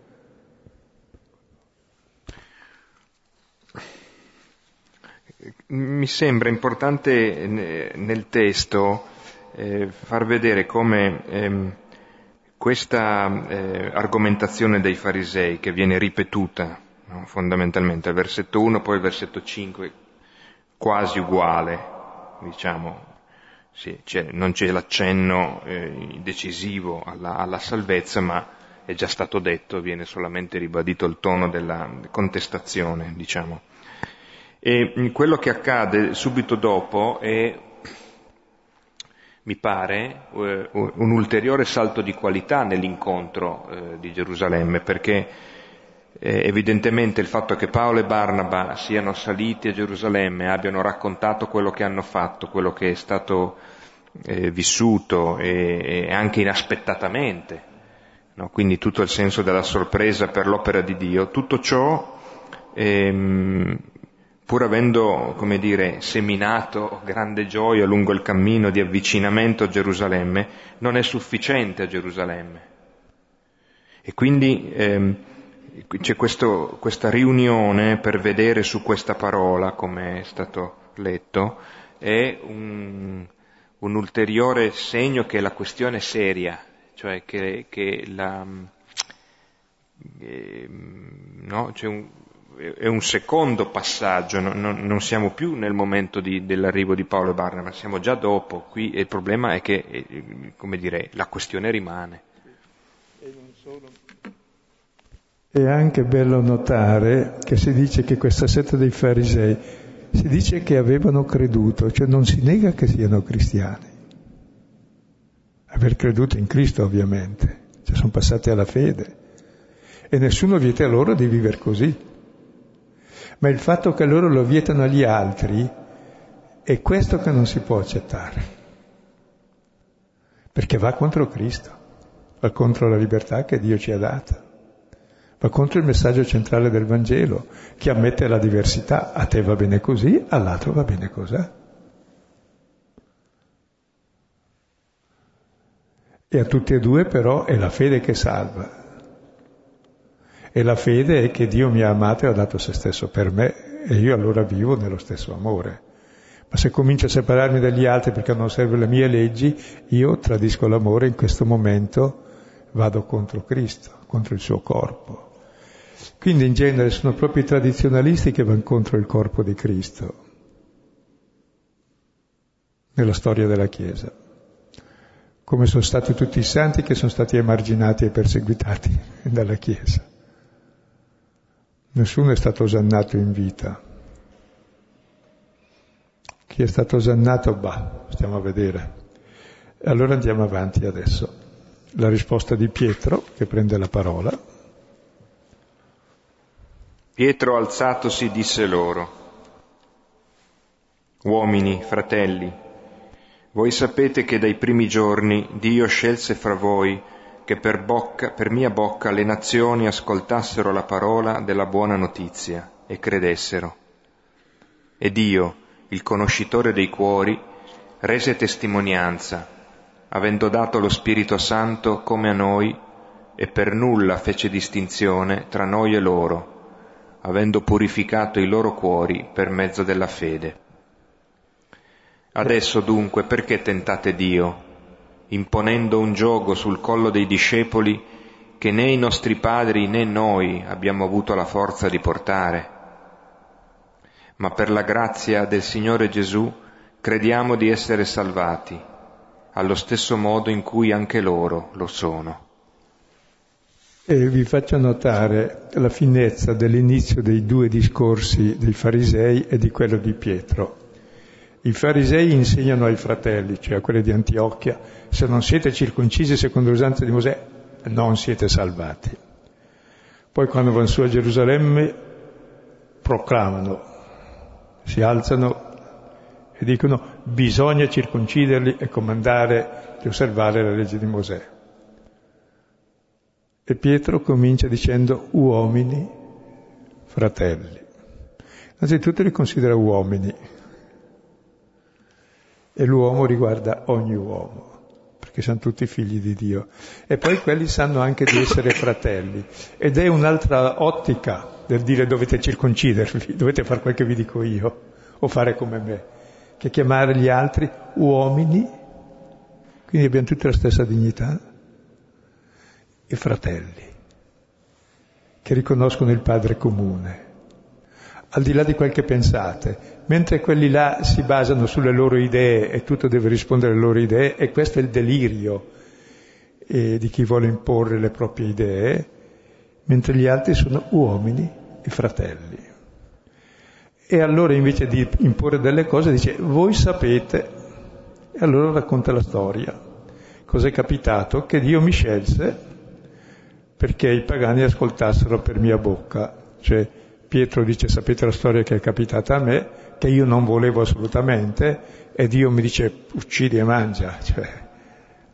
Mi sembra importante nel testo eh, far vedere come ehm, questa eh, argomentazione dei farisei, che viene ripetuta, no, fondamentalmente al versetto uno, poi al versetto cinque, quasi uguale, diciamo, sì, c'è, non c'è l'accenno eh, decisivo alla, alla salvezza, ma è già stato detto, viene solamente ribadito il tono della contestazione, diciamo. E quello che accade subito dopo è, mi pare, eh, un ulteriore salto di qualità nell'incontro eh, di Gerusalemme, perché eh, evidentemente il fatto che Paolo e Barnaba siano saliti a Gerusalemme, abbiano raccontato quello che hanno fatto, quello che è stato eh, vissuto e, e anche inaspettatamente, no? Quindi tutto il senso della sorpresa per l'opera di Dio, tutto ciò, ehm, pur avendo, come dire, seminato grande gioia lungo il cammino di avvicinamento a Gerusalemme, non è sufficiente a Gerusalemme. E quindi ehm, c'è questo, questa riunione per vedere su questa parola, come è stato letto, è un, un ulteriore segno che la questione è seria, cioè che, che la, eh, no, c'è un, è un secondo passaggio, non, non, non siamo più nel momento di, dell'arrivo di Paolo e Barnaba, siamo già dopo, qui il problema è che, eh, come dire, la questione rimane. E non solo. È anche bello notare che si dice che questa setta dei farisei, si dice che avevano creduto, cioè non si nega che siano cristiani. Aver creduto in Cristo ovviamente, cioè sono passati alla fede. E nessuno vieta a loro di vivere così. Ma il fatto che loro lo vietano agli altri è questo che non si può accettare. Perché va contro Cristo, va contro la libertà che Dio ci ha data. Va contro il messaggio centrale del Vangelo, che ammette la diversità. A te va bene così, all'altro va bene così. E a tutti e due però è la fede che salva. E la fede è che Dio mi ha amato e ha dato se stesso per me, e io allora vivo nello stesso amore. Ma se comincio a separarmi dagli altri perché non serve le mie leggi, io tradisco l'amore, in questo momento vado contro Cristo, contro il suo corpo. Quindi in genere sono proprio i tradizionalisti che vanno contro il corpo di Cristo nella storia della Chiesa, come sono stati tutti i santi che sono stati emarginati e perseguitati dalla Chiesa. Nessuno è stato osannato in vita. Chi è stato osannato, bah, stiamo a vedere. Allora andiamo avanti adesso. La risposta di Pietro, che prende la parola. Pietro, alzatosi, disse loro: Uomini, fratelli, voi sapete che dai primi giorni Dio scelse fra voi che per, bocca, per mia bocca le nazioni ascoltassero la parola della buona notizia e credessero. E Dio, il conoscitore dei cuori, rese testimonianza, avendo dato lo Spirito Santo come a noi, e per nulla fece distinzione tra noi e loro, avendo purificato i loro cuori per mezzo della fede. Adesso dunque perché tentate Dio, imponendo un giogo sul collo dei discepoli che né i nostri padri né noi abbiamo avuto la forza di portare? Ma per la grazia del Signore Gesù crediamo di essere salvati, allo stesso modo in cui anche loro lo sono. E vi faccio notare la finezza dell'inizio dei due discorsi dei farisei e di quello di Pietro. I farisei insegnano ai fratelli, cioè a quelli di Antiochia, se non siete circoncisi secondo l'usanza di Mosè, non siete salvati. Poi quando vanno su a Gerusalemme proclamano, si alzano e dicono bisogna circonciderli e comandare di osservare la legge di Mosè. E Pietro comincia dicendo uomini, fratelli. Innanzitutto li considera uomini. E l'uomo riguarda ogni uomo, perché sono tutti figli di Dio. E poi quelli sanno anche di essere fratelli. Ed è un'altra ottica del dire dovete circoncidervi, dovete fare quel che vi dico io, o fare come me, che chiamare gli altri uomini, quindi abbiamo tutti la stessa dignità, e fratelli, che riconoscono il Padre comune. Al di là di quel che pensate, mentre quelli là si basano sulle loro idee e tutto deve rispondere alle loro idee, e questo è il delirio eh, di chi vuole imporre le proprie idee, mentre gli altri sono uomini e fratelli. E allora invece di imporre delle cose dice voi sapete, e allora racconta la storia. Cos'è capitato? Che Dio mi scelse perché i pagani ascoltassero per mia bocca, cioè Pietro dice sapete la storia che è capitata a me, che io non volevo assolutamente, e Dio mi dice uccidi e mangia, cioè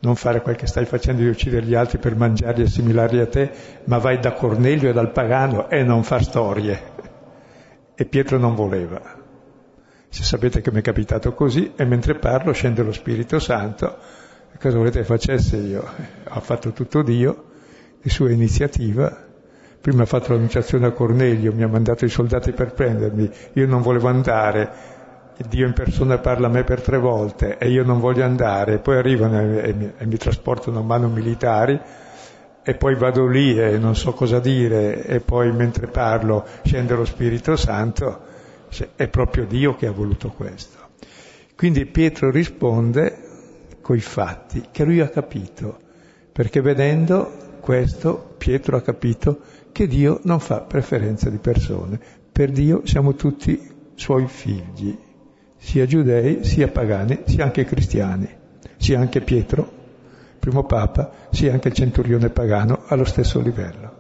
non fare quel che stai facendo di uccidere gli altri per mangiarli e assimilarli a te, ma vai da Cornelio e dal pagano e non fa storie. E Pietro non voleva. Se sapete che mi è capitato così, e mentre parlo scende lo Spirito Santo, e cosa volete che facesse io? Ho fatto tutto Dio, di sua iniziativa. Prima ha fatto l'annunciazione a Cornelio, mi ha mandato i soldati per prendermi, io non volevo andare, Dio in persona parla a me per tre volte e io non voglio andare, poi arrivano e, e, mi, e mi trasportano a mano militari e poi vado lì e non so cosa dire e poi mentre parlo scende lo Spirito Santo, cioè, è proprio Dio che ha voluto questo. Quindi Pietro risponde coi fatti che lui ha capito, perché vedendo questo Pietro ha capito che Dio non fa preferenza di persone, per Dio siamo tutti suoi figli, sia giudei, sia pagani, sia anche cristiani, sia anche Pietro, primo Papa, sia anche il centurione pagano allo stesso livello.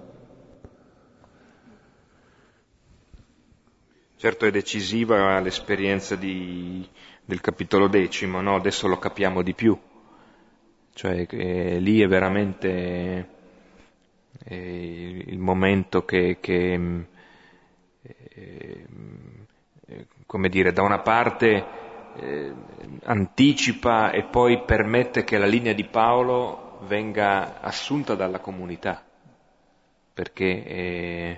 Certo è decisiva l'esperienza di, del capitolo decimo, no? Adesso lo capiamo di più, cioè che lì è veramente eh, il momento che, che eh, come dire, da una parte eh, anticipa e poi permette che la linea di Paolo venga assunta dalla comunità, perché eh,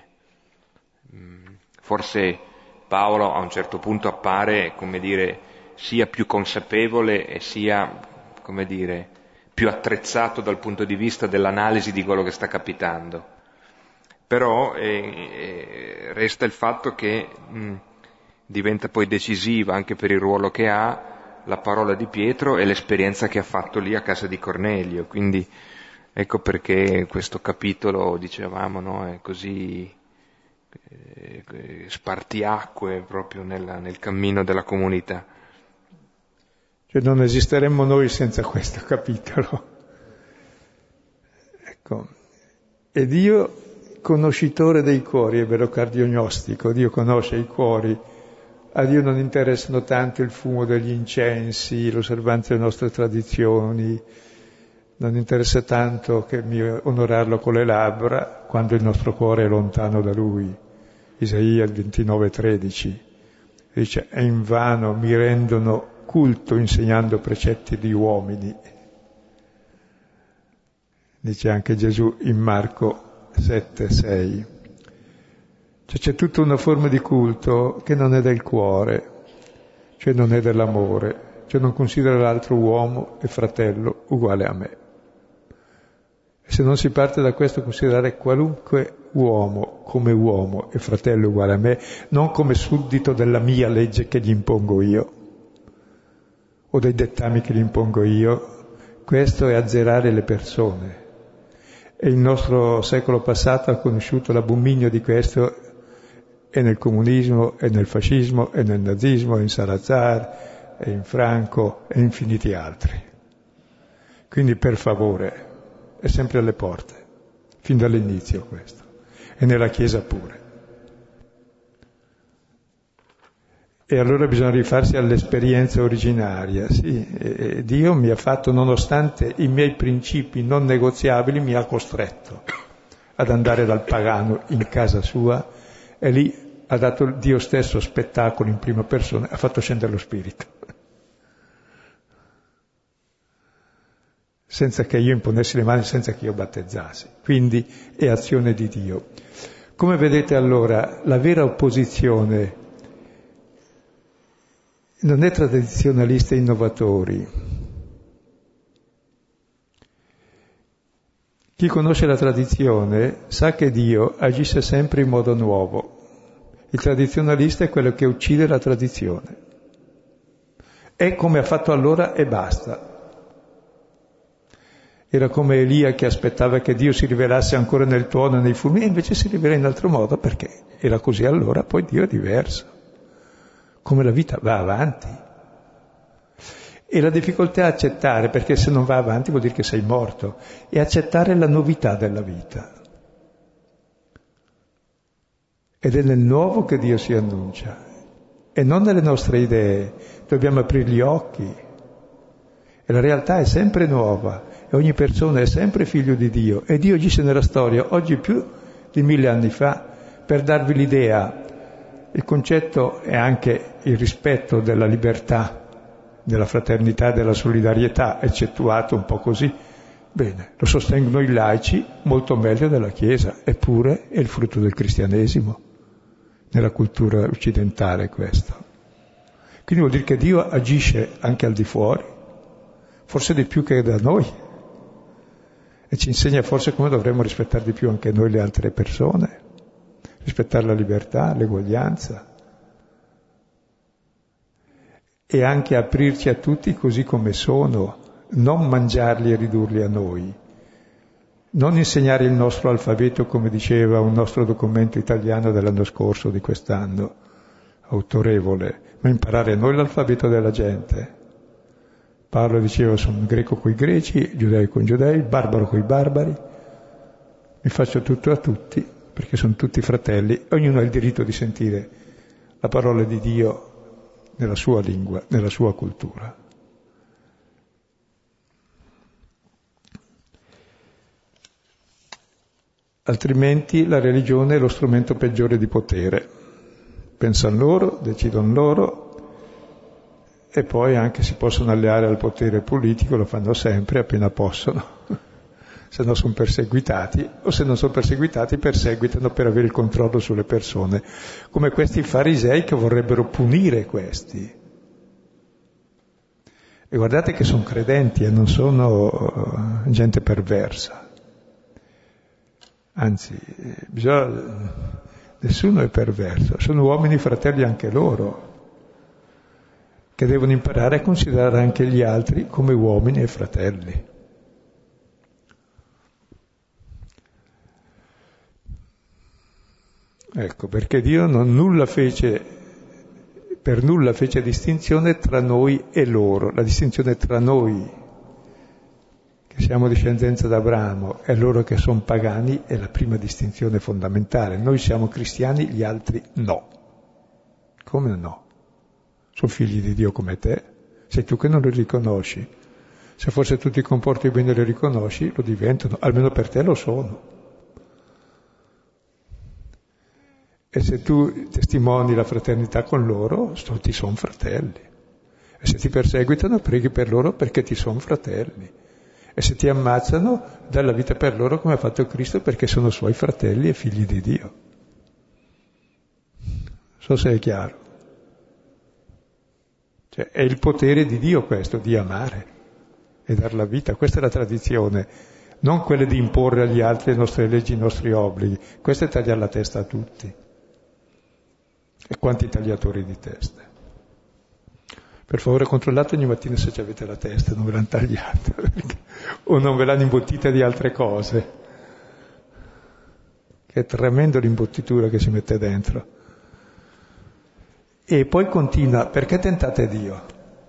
forse Paolo a un certo punto appare, come dire, sia più consapevole e sia, come dire, più attrezzato dal punto di vista dell'analisi di quello che sta capitando. Però eh, resta il fatto che mh, diventa poi decisiva anche per il ruolo che ha la parola di Pietro e l'esperienza che ha fatto lì a casa di Cornelio. Quindi ecco perché questo capitolo, dicevamo, no, è così eh, spartiacque proprio nella, nel cammino della comunità. Cioè non esisteremmo noi senza questo capitolo. Ecco. E Dio, conoscitore dei cuori, è vero cardiognostico, Dio conosce i cuori. A Dio non interessano tanto il fumo degli incensi, l'osservanza delle nostre tradizioni, non interessa tanto che mi onorarlo con le labbra quando il nostro cuore è lontano da Lui. Isaia ventinove tredici dice: è invano mi rendono culto insegnando precetti di uomini. Dice anche Gesù in Marco sette sei. Cioè c'è tutta una forma di culto che non è del cuore, cioè non è dell'amore, cioè non considera l'altro uomo e fratello uguale a me. E se non si parte da questo, considerare qualunque uomo come uomo e fratello uguale a me, non come suddito della mia legge che gli impongo io, o dei dettami che gli impongo io, questo è azzerare le persone. E il nostro secolo passato ha conosciuto l'abominio di questo e nel comunismo, e nel fascismo, e nel nazismo, e in Salazar, e in Franco, e infiniti altri. Quindi per favore, è sempre alle porte, fin dall'inizio questo, e nella Chiesa pure. E allora bisogna rifarsi all'esperienza originaria. Sì, e Dio mi ha fatto, nonostante i miei principi non negoziabili, mi ha costretto ad andare dal pagano in casa sua, e lì ha dato Dio stesso spettacolo in prima persona, ha fatto scendere lo Spirito. Senza che io imponessi le mani, senza che io battezzassi. Quindi è azione di Dio. Come vedete allora, la vera opposizione non è tradizionalisti e innovatori. Chi conosce la tradizione sa che Dio agisce sempre in modo nuovo. Il tradizionalista è quello che uccide la tradizione. È come ha fatto allora e basta. Era come Elia che aspettava che Dio si rivelasse ancora nel tuono e nei fulmini, e invece si rivela in altro modo, perché era così allora, poi Dio è diverso. Come la vita va avanti. E la difficoltà è accettare, perché se non va avanti vuol dire che sei morto, e accettare la novità della vita. Ed è nel nuovo che Dio si annuncia, e non nelle nostre idee. Dobbiamo aprire gli occhi. E la realtà è sempre nuova, e ogni persona è sempre figlio di Dio, e Dio agisce nella storia oggi più di mille anni fa per darvi l'idea. Il concetto è anche il rispetto della libertà, della fraternità e della solidarietà, eccettuato un po' così. Bene, lo sostengono i laici molto meglio della Chiesa, eppure è il frutto del cristianesimo, nella cultura occidentale questo. Quindi vuol dire che Dio agisce anche al di fuori, forse di più che da noi, e ci insegna forse come dovremmo rispettare di più anche noi le altre persone, rispettare la libertà, l'eguaglianza, e anche aprirci a tutti così come sono, non mangiarli e ridurli a noi, non insegnare il nostro alfabeto come diceva un nostro documento italiano dell'anno scorso, di quest'anno, autorevole, ma imparare noi l'alfabeto della gente. Paolo diceva: sono greco coi greci, giudeo con giudei, barbaro coi barbari, mi faccio tutto a tutti, perché sono tutti fratelli, e ognuno ha il diritto di sentire la parola di Dio nella sua lingua, nella sua cultura. Altrimenti la religione è lo strumento peggiore di potere. Pensano loro, decidono loro, e poi anche si possono alleare al potere politico, lo fanno sempre appena possono, se no sono perseguitati, o se non sono perseguitati perseguitano per avere il controllo sulle persone, come questi farisei che vorrebbero punire questi. E guardate che sono credenti e non sono gente perversa. Anzi, bisogna, nessuno è perverso, sono uomini fratelli anche loro, che devono imparare a considerare anche gli altri come uomini e fratelli. Ecco, perché Dio non nulla fece, per nulla fece distinzione tra noi e loro. La distinzione tra noi, che siamo discendenza d'Abramo, e loro che sono pagani, è la prima distinzione fondamentale. Noi siamo cristiani, gli altri no. Come no? Sono figli di Dio come te, sei tu che non li riconosci. Se forse tu ti comporti bene e li riconosci, lo diventano, almeno per te lo sono. E se tu testimoni la fraternità con loro, ti sono fratelli. E se ti perseguitano, preghi per loro perché ti sono fratelli. E se ti ammazzano, dai la vita per loro come ha fatto Cristo, perché sono suoi fratelli e figli di Dio. Non so se è chiaro. Cioè, è il potere di Dio questo, di amare e dar la vita. Questa è la tradizione, non quella di imporre agli altri le nostre leggi, i nostri obblighi. Questa è tagliare la testa a tutti. E quanti tagliatori di teste. Per favore controllate ogni mattina se ci avete la testa, non ve l'hanno tagliata, perché, o non ve l'hanno imbottita di altre cose. Che è tremendo l'imbottitura che si mette dentro. E poi continua: perché tentate Dio?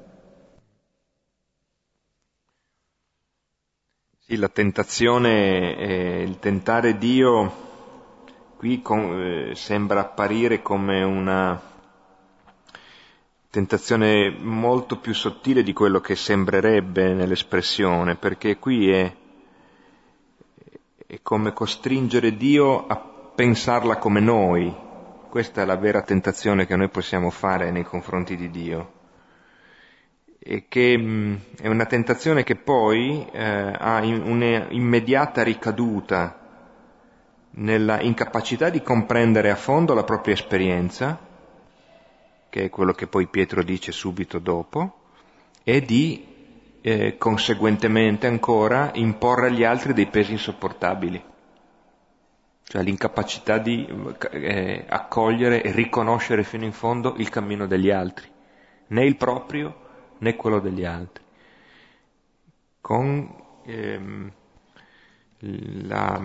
Sì, la tentazione, eh, il tentare Dio qui con, eh, sembra apparire come una tentazione molto più sottile di quello che sembrerebbe nell'espressione, perché qui è, è come costringere Dio a pensarla come noi. Questa è la vera tentazione che noi possiamo fare nei confronti di Dio, e che mh, è una tentazione che poi eh, ha in, un'immediata ricaduta nella incapacità di comprendere a fondo la propria esperienza, che è quello che poi Pietro dice subito dopo, e di eh, conseguentemente ancora imporre agli altri dei pesi insopportabili, cioè l'incapacità di eh, accogliere e riconoscere fino in fondo il cammino degli altri, né il proprio né quello degli altri, con ehm, la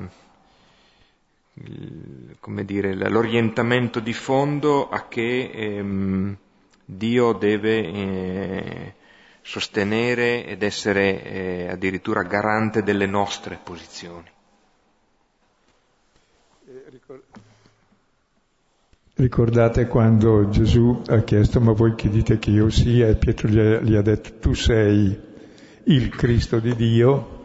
come dire, l'orientamento di fondo a che ehm, Dio deve eh, sostenere ed essere eh, addirittura garante delle nostre posizioni. Ricordate quando Gesù ha chiesto: ma voi chi dite che io sia? E Pietro gli ha, gli ha detto: tu sei il Cristo di Dio.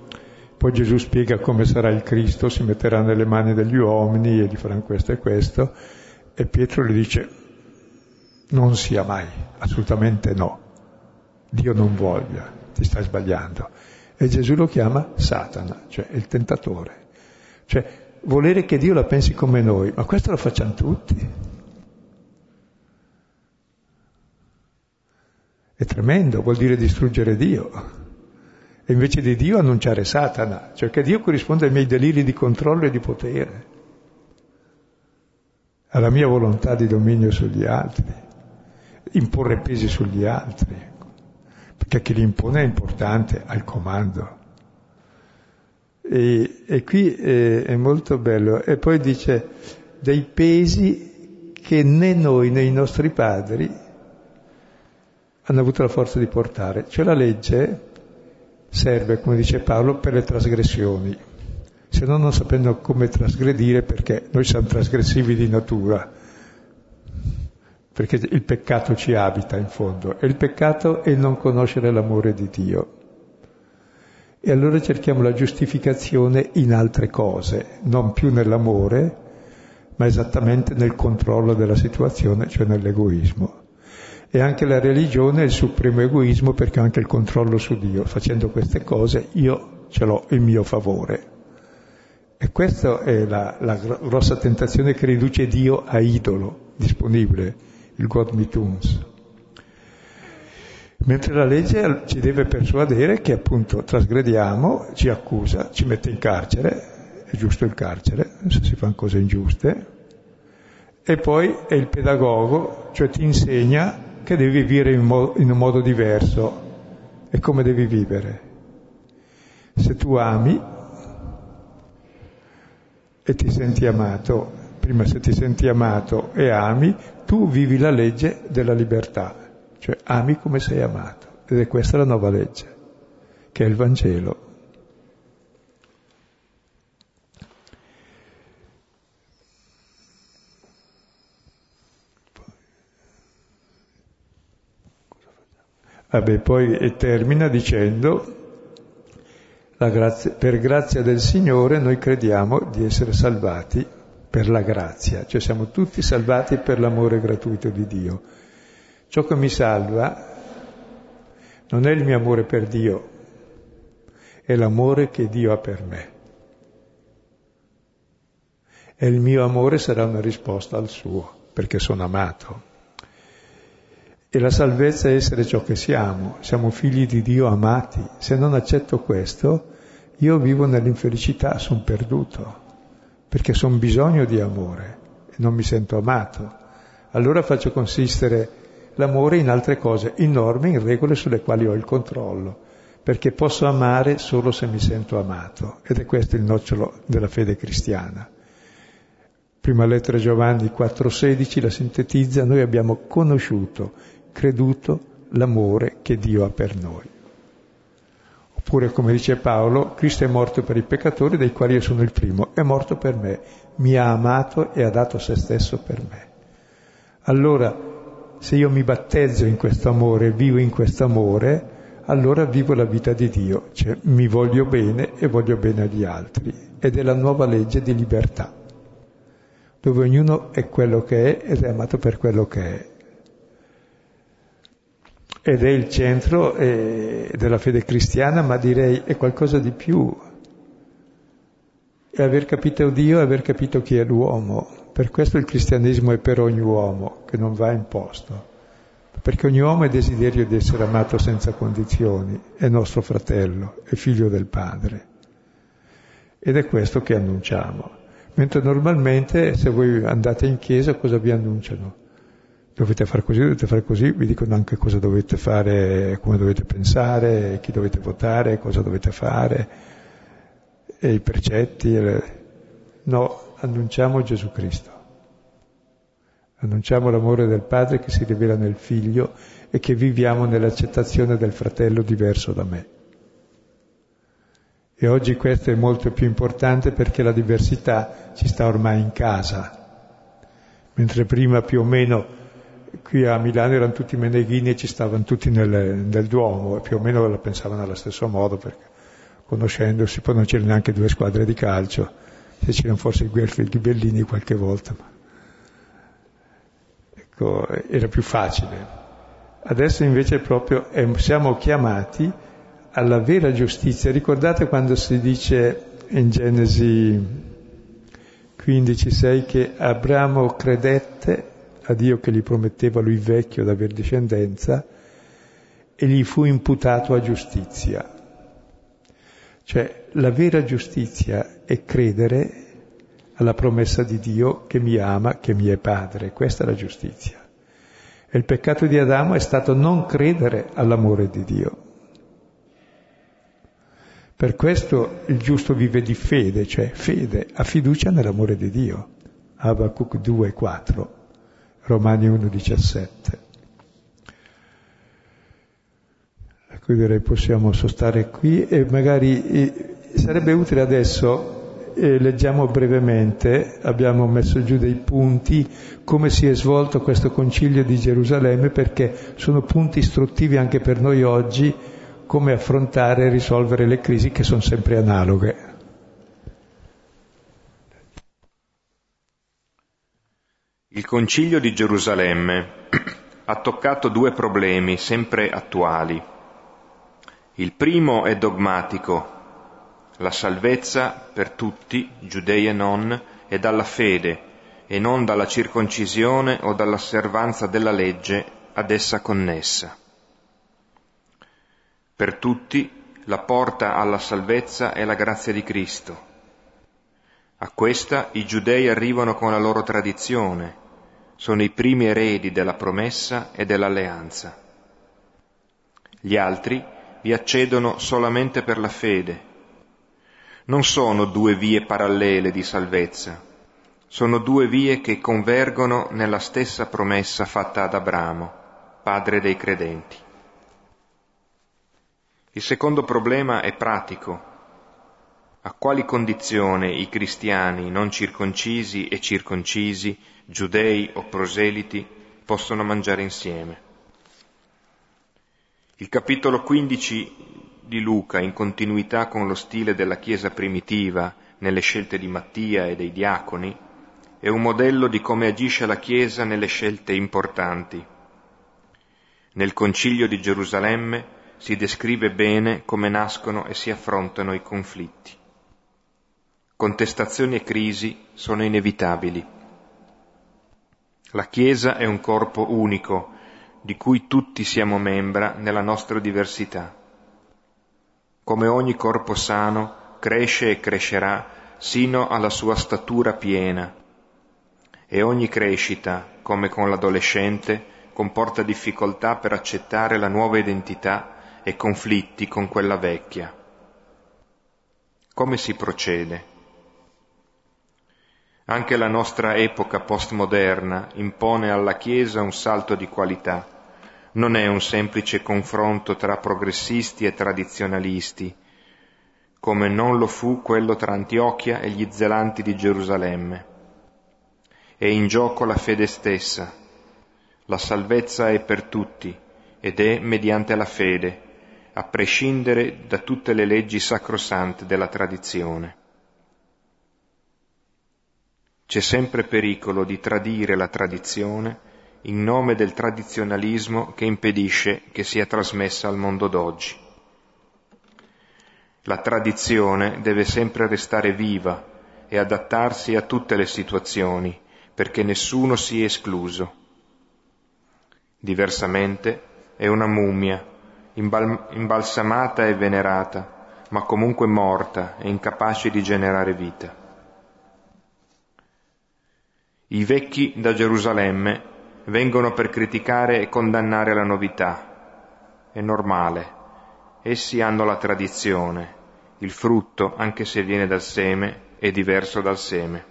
Poi Gesù spiega come sarà il Cristo, si metterà nelle mani degli uomini e gli faranno questo e questo, e Pietro gli dice: non sia mai, assolutamente no, Dio non voglia, ti stai sbagliando. E Gesù lo chiama Satana, cioè il tentatore. Cioè, volere che Dio la pensi come noi, ma questo lo facciamo tutti. È tremendo, vuol dire distruggere Dio. E invece di Dio annunciare Satana, cioè che Dio corrisponde ai miei deliri di controllo e di potere, alla mia volontà di dominio sugli altri, imporre pesi sugli altri, perché chi li impone è importante, al comando. E, e qui è, è molto bello. E poi dice dei pesi che né noi né i nostri padri hanno avuto la forza di portare. Cioè la legge serve, come dice Paolo, per le trasgressioni, se no non sapendo come trasgredire, perché noi siamo trasgressivi di natura, perché il peccato ci abita in fondo, e il peccato è il non conoscere l'amore di Dio. E allora cerchiamo la giustificazione in altre cose, non più nell'amore, ma esattamente nel controllo della situazione, cioè nell'egoismo. E anche la religione è il supremo egoismo, perché ha anche il controllo su Dio. Facendo queste cose io ce l'ho in mio favore. E questa è la, la grossa tentazione che riduce Dio a idolo disponibile, il God Mituns. Mentre la legge ci deve persuadere che appunto trasgrediamo, ci accusa, ci mette in carcere, è giusto il carcere, se si fanno cose ingiuste, e poi è il pedagogo, cioè ti insegna che devi vivere in, mo- in un modo diverso. E come devi vivere? Se tu ami e ti senti amato, prima se ti senti amato e ami, tu vivi la legge della libertà, cioè ami come sei amato. Ed è questa la nuova legge, che è il Vangelo. Vabbè, poi termina dicendo, la grazia, per grazia del Signore noi crediamo di essere salvati per la grazia, cioè siamo tutti salvati per l'amore gratuito di Dio. Ciò che mi salva non è il mio amore per Dio, è l'amore che Dio ha per me. E il mio amore sarà una risposta al suo, perché sono amato. E la salvezza è essere ciò che siamo, siamo figli di Dio amati. Se non accetto questo, io vivo nell'infelicità, sono perduto, perché sono bisogno di amore e non mi sento amato. Allora faccio consistere l'amore in altre cose, in norme, in regole sulle quali ho il controllo, perché posso amare solo se mi sento amato. Ed è questo il nocciolo della fede cristiana. Prima lettera Giovanni quattro sedici la sintetizza: noi abbiamo conosciuto, creduto l'amore che Dio ha per noi. Oppure, come dice Paolo, Cristo è morto per i peccatori, dei quali io sono il primo, è morto per me, mi ha amato e ha dato se stesso per me. Allora, se io mi battezzo in questo amore, vivo in questo amore, allora vivo la vita di Dio, cioè mi voglio bene e voglio bene agli altri. Ed è la nuova legge di libertà, dove ognuno è quello che è ed è amato per quello che è. Ed è il centro eh, della fede cristiana, ma direi è qualcosa di più. È aver capito Dio e aver capito chi è l'uomo. Per questo il cristianesimo è per ogni uomo, che non va imposto. Perché ogni uomo ha desiderio di essere amato senza condizioni, è nostro fratello, è figlio del Padre. Ed è questo che annunciamo. Mentre normalmente, se voi andate in chiesa, cosa vi annunciano? Dovete fare così, dovete fare così, vi dicono anche cosa dovete fare, come dovete pensare, chi dovete votare, cosa dovete fare, e i precetti. No, annunciamo Gesù Cristo. Annunciamo l'amore del Padre che si rivela nel Figlio e che viviamo nell'accettazione del fratello diverso da me. E oggi questo è molto più importante, perché la diversità ci sta ormai in casa. Mentre prima più o meno qui a Milano erano tutti meneghini e ci stavano tutti nel, nel Duomo, e più o meno la pensavano allo stesso modo, perché conoscendosi, poi non c'erano neanche due squadre di calcio, se c'erano forse i Guelfi e i Ghibellini qualche volta, ma ecco, era più facile. Adesso invece proprio eh, siamo chiamati alla vera giustizia. Ricordate quando si dice in Genesi quindici sei che Abramo credette a Dio che gli prometteva lui vecchio di aver discendenza e gli fu imputato a giustizia. Cioè la vera giustizia è credere alla promessa di Dio che mi ama, che mi è padre. Questa è la giustizia. E il peccato di Adamo è stato non credere all'amore di Dio. Per questo il giusto vive di fede, cioè fede, ha fiducia nell'amore di Dio. Abacuc due quattro, Romani uno diciassette. Ecco, direi possiamo sostare qui e magari eh, sarebbe utile adesso... E leggiamo brevemente, abbiamo messo giù dei punti, come si è svolto questo concilio di Gerusalemme, perché sono punti istruttivi anche per noi oggi, come affrontare e risolvere le crisi che sono sempre analoghe. Il concilio di Gerusalemme ha toccato due problemi sempre attuali. Il primo è dogmatico. La salvezza per tutti, giudei e non, è dalla fede e non dalla circoncisione o dall'osservanza della legge ad essa connessa. Per tutti la porta alla salvezza è la grazia di Cristo. A questa i giudei arrivano con la loro tradizione, sono i primi eredi della promessa e dell'alleanza. Gli altri vi accedono solamente per la fede. Non sono due vie parallele di salvezza, sono due vie che convergono nella stessa promessa fatta ad Abramo, padre dei credenti. Il secondo problema è pratico. A quali condizioni i cristiani non circoncisi e circoncisi, giudei o proseliti, possono mangiare insieme? Il capitolo quindici di Luca, in continuità con lo stile della Chiesa primitiva nelle scelte di Mattia e dei diaconi, è un modello di come agisce la Chiesa nelle scelte importanti. Nel Concilio di Gerusalemme si descrive bene come nascono e si affrontano i conflitti. Contestazioni e crisi sono inevitabili. La Chiesa è un corpo unico, di cui tutti siamo membra nella nostra diversità. Come ogni corpo sano, cresce e crescerà sino alla sua statura piena, e ogni crescita, come con l'adolescente, comporta difficoltà per accettare la nuova identità e conflitti con quella vecchia. Come si procede? Anche la nostra epoca postmoderna impone alla Chiesa un salto di qualità. Non è un semplice confronto tra progressisti e tradizionalisti, come non lo fu quello tra Antiochia e gli zelanti di Gerusalemme. È in gioco la fede stessa. La salvezza è per tutti ed è mediante la fede, a prescindere da tutte le leggi sacrosante della tradizione. C'è sempre pericolo di tradire la tradizione in nome del tradizionalismo che impedisce che sia trasmessa al mondo d'oggi. La tradizione deve sempre restare viva e adattarsi a tutte le situazioni, perché nessuno sia escluso. Diversamente è una mummia, imbal- imbalsamata e venerata, ma comunque morta e incapace di generare vita. I vecchi da Gerusalemme vengono per criticare e condannare la novità. È normale. Essi hanno la tradizione. Il frutto, anche se viene dal seme, è diverso dal seme.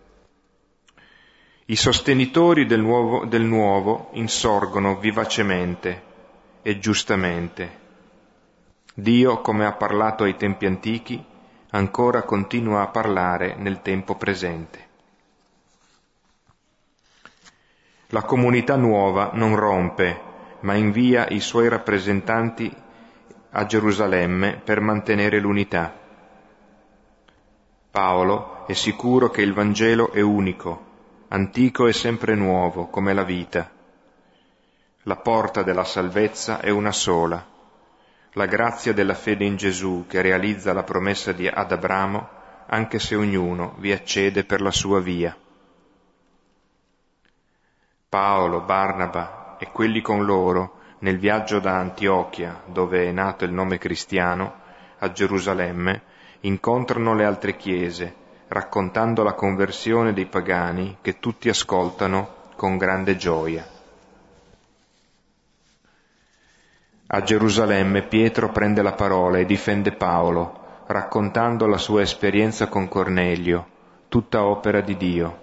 I sostenitori del nuovo, del nuovo insorgono vivacemente e giustamente. Dio, come ha parlato ai tempi antichi, ancora continua a parlare nel tempo presente. La comunità nuova non rompe, ma invia i suoi rappresentanti a Gerusalemme per mantenere l'unità. Paolo è sicuro che il Vangelo è unico, antico e sempre nuovo, come la vita. La porta della salvezza è una sola. La grazia della fede in Gesù che realizza la promessa di, ad Abramo, anche se ognuno vi accede per la sua via. Paolo, Barnaba e quelli con loro, nel viaggio da Antiochia, dove è nato il nome cristiano, a Gerusalemme, incontrano le altre chiese, raccontando la conversione dei pagani che tutti ascoltano con grande gioia. A Gerusalemme Pietro prende la parola e difende Paolo, raccontando la sua esperienza con Cornelio, tutta opera di Dio.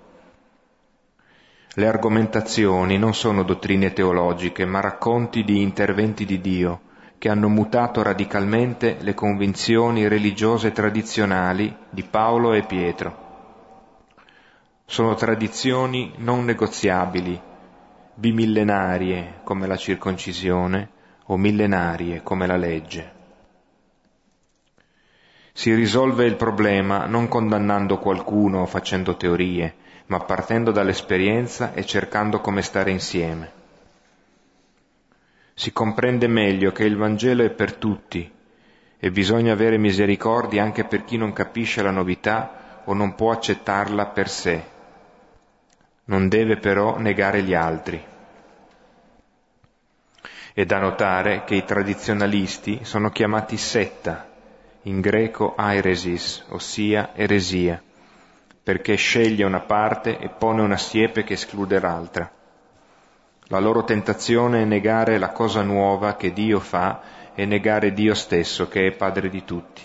Le argomentazioni non sono dottrine teologiche, ma racconti di interventi di Dio che hanno mutato radicalmente le convinzioni religiose tradizionali di Paolo e Pietro. Sono tradizioni non negoziabili, bimillenarie come la circoncisione o millenarie come la legge. Si risolve il problema non condannando qualcuno o facendo teorie, ma partendo dall'esperienza e cercando come stare insieme. Si comprende meglio che il Vangelo è per tutti e bisogna avere misericordia anche per chi non capisce la novità o non può accettarla per sé. Non deve però negare gli altri. È da notare che i tradizionalisti sono chiamati setta, in greco airesis, ossia eresia, perché sceglie una parte e pone una siepe che esclude l'altra. La loro tentazione è negare la cosa nuova che Dio fa e negare Dio stesso, che è Padre di tutti.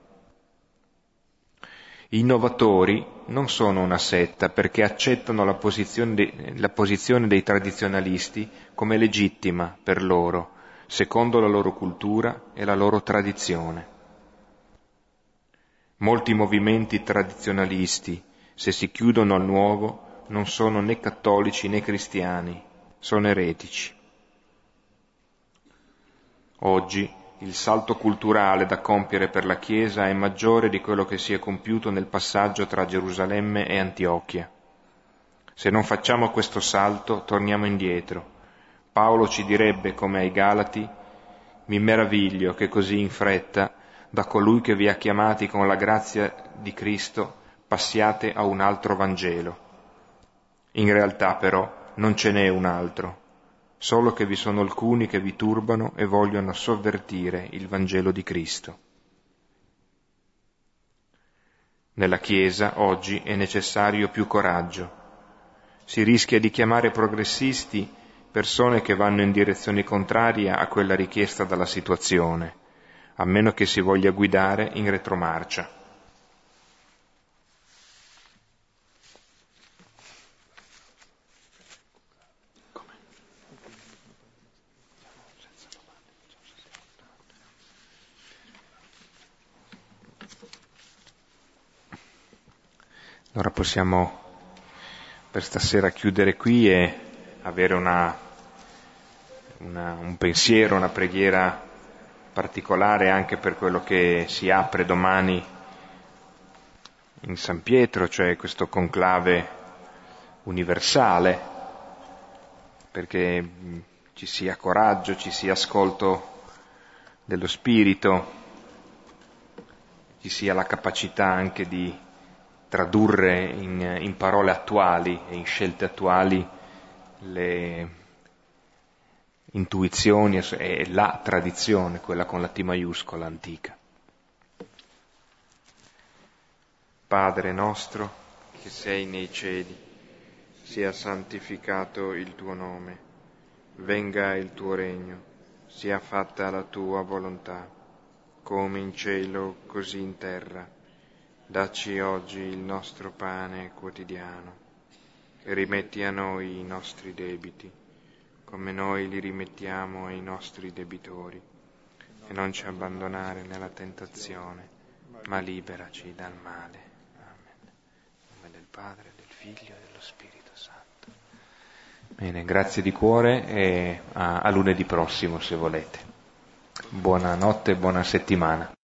I innovatori non sono una setta perché accettano la posizione, de, la posizione dei tradizionalisti come legittima per loro, secondo la loro cultura e la loro tradizione. Molti movimenti tradizionalisti, se si chiudono al nuovo, non sono né cattolici né cristiani, sono eretici. Oggi il salto culturale da compiere per la Chiesa è maggiore di quello che si è compiuto nel passaggio tra Gerusalemme e Antiochia. Se non facciamo questo salto, torniamo indietro. Paolo ci direbbe, come ai Galati, mi meraviglio che così in fretta, da colui che vi ha chiamati con la grazia di Cristo, passiate a un altro Vangelo. In realtà però non ce n'è un altro, solo che vi sono alcuni che vi turbano e vogliono sovvertire il Vangelo di Cristo. Nella Chiesa oggi è necessario più coraggio. Si rischia di chiamare progressisti persone che vanno in direzione contraria a quella richiesta dalla situazione, a meno che si voglia guidare in retromarcia. Allora possiamo per stasera chiudere qui e avere una, una, un pensiero, una preghiera particolare anche per quello che si apre domani in San Pietro, cioè questo conclave universale, perché ci sia coraggio, ci sia ascolto dello Spirito, ci sia la capacità anche di tradurre in, in parole attuali e in scelte attuali le intuizioni e la tradizione, quella con la T maiuscola antica. Padre nostro, che sei nei cieli, sia santificato il tuo nome, venga il tuo regno, sia fatta la tua volontà, come in cielo così in terra. Dacci oggi il nostro pane quotidiano e rimetti a noi i nostri debiti, come noi li rimettiamo ai nostri debitori, e non ci abbandonare nella tentazione, ma liberaci dal male. Amen. In nome del Padre, del Figlio e dello Spirito Santo. Bene, grazie di cuore e a, a lunedì prossimo se volete. buonanotte e buona settimana.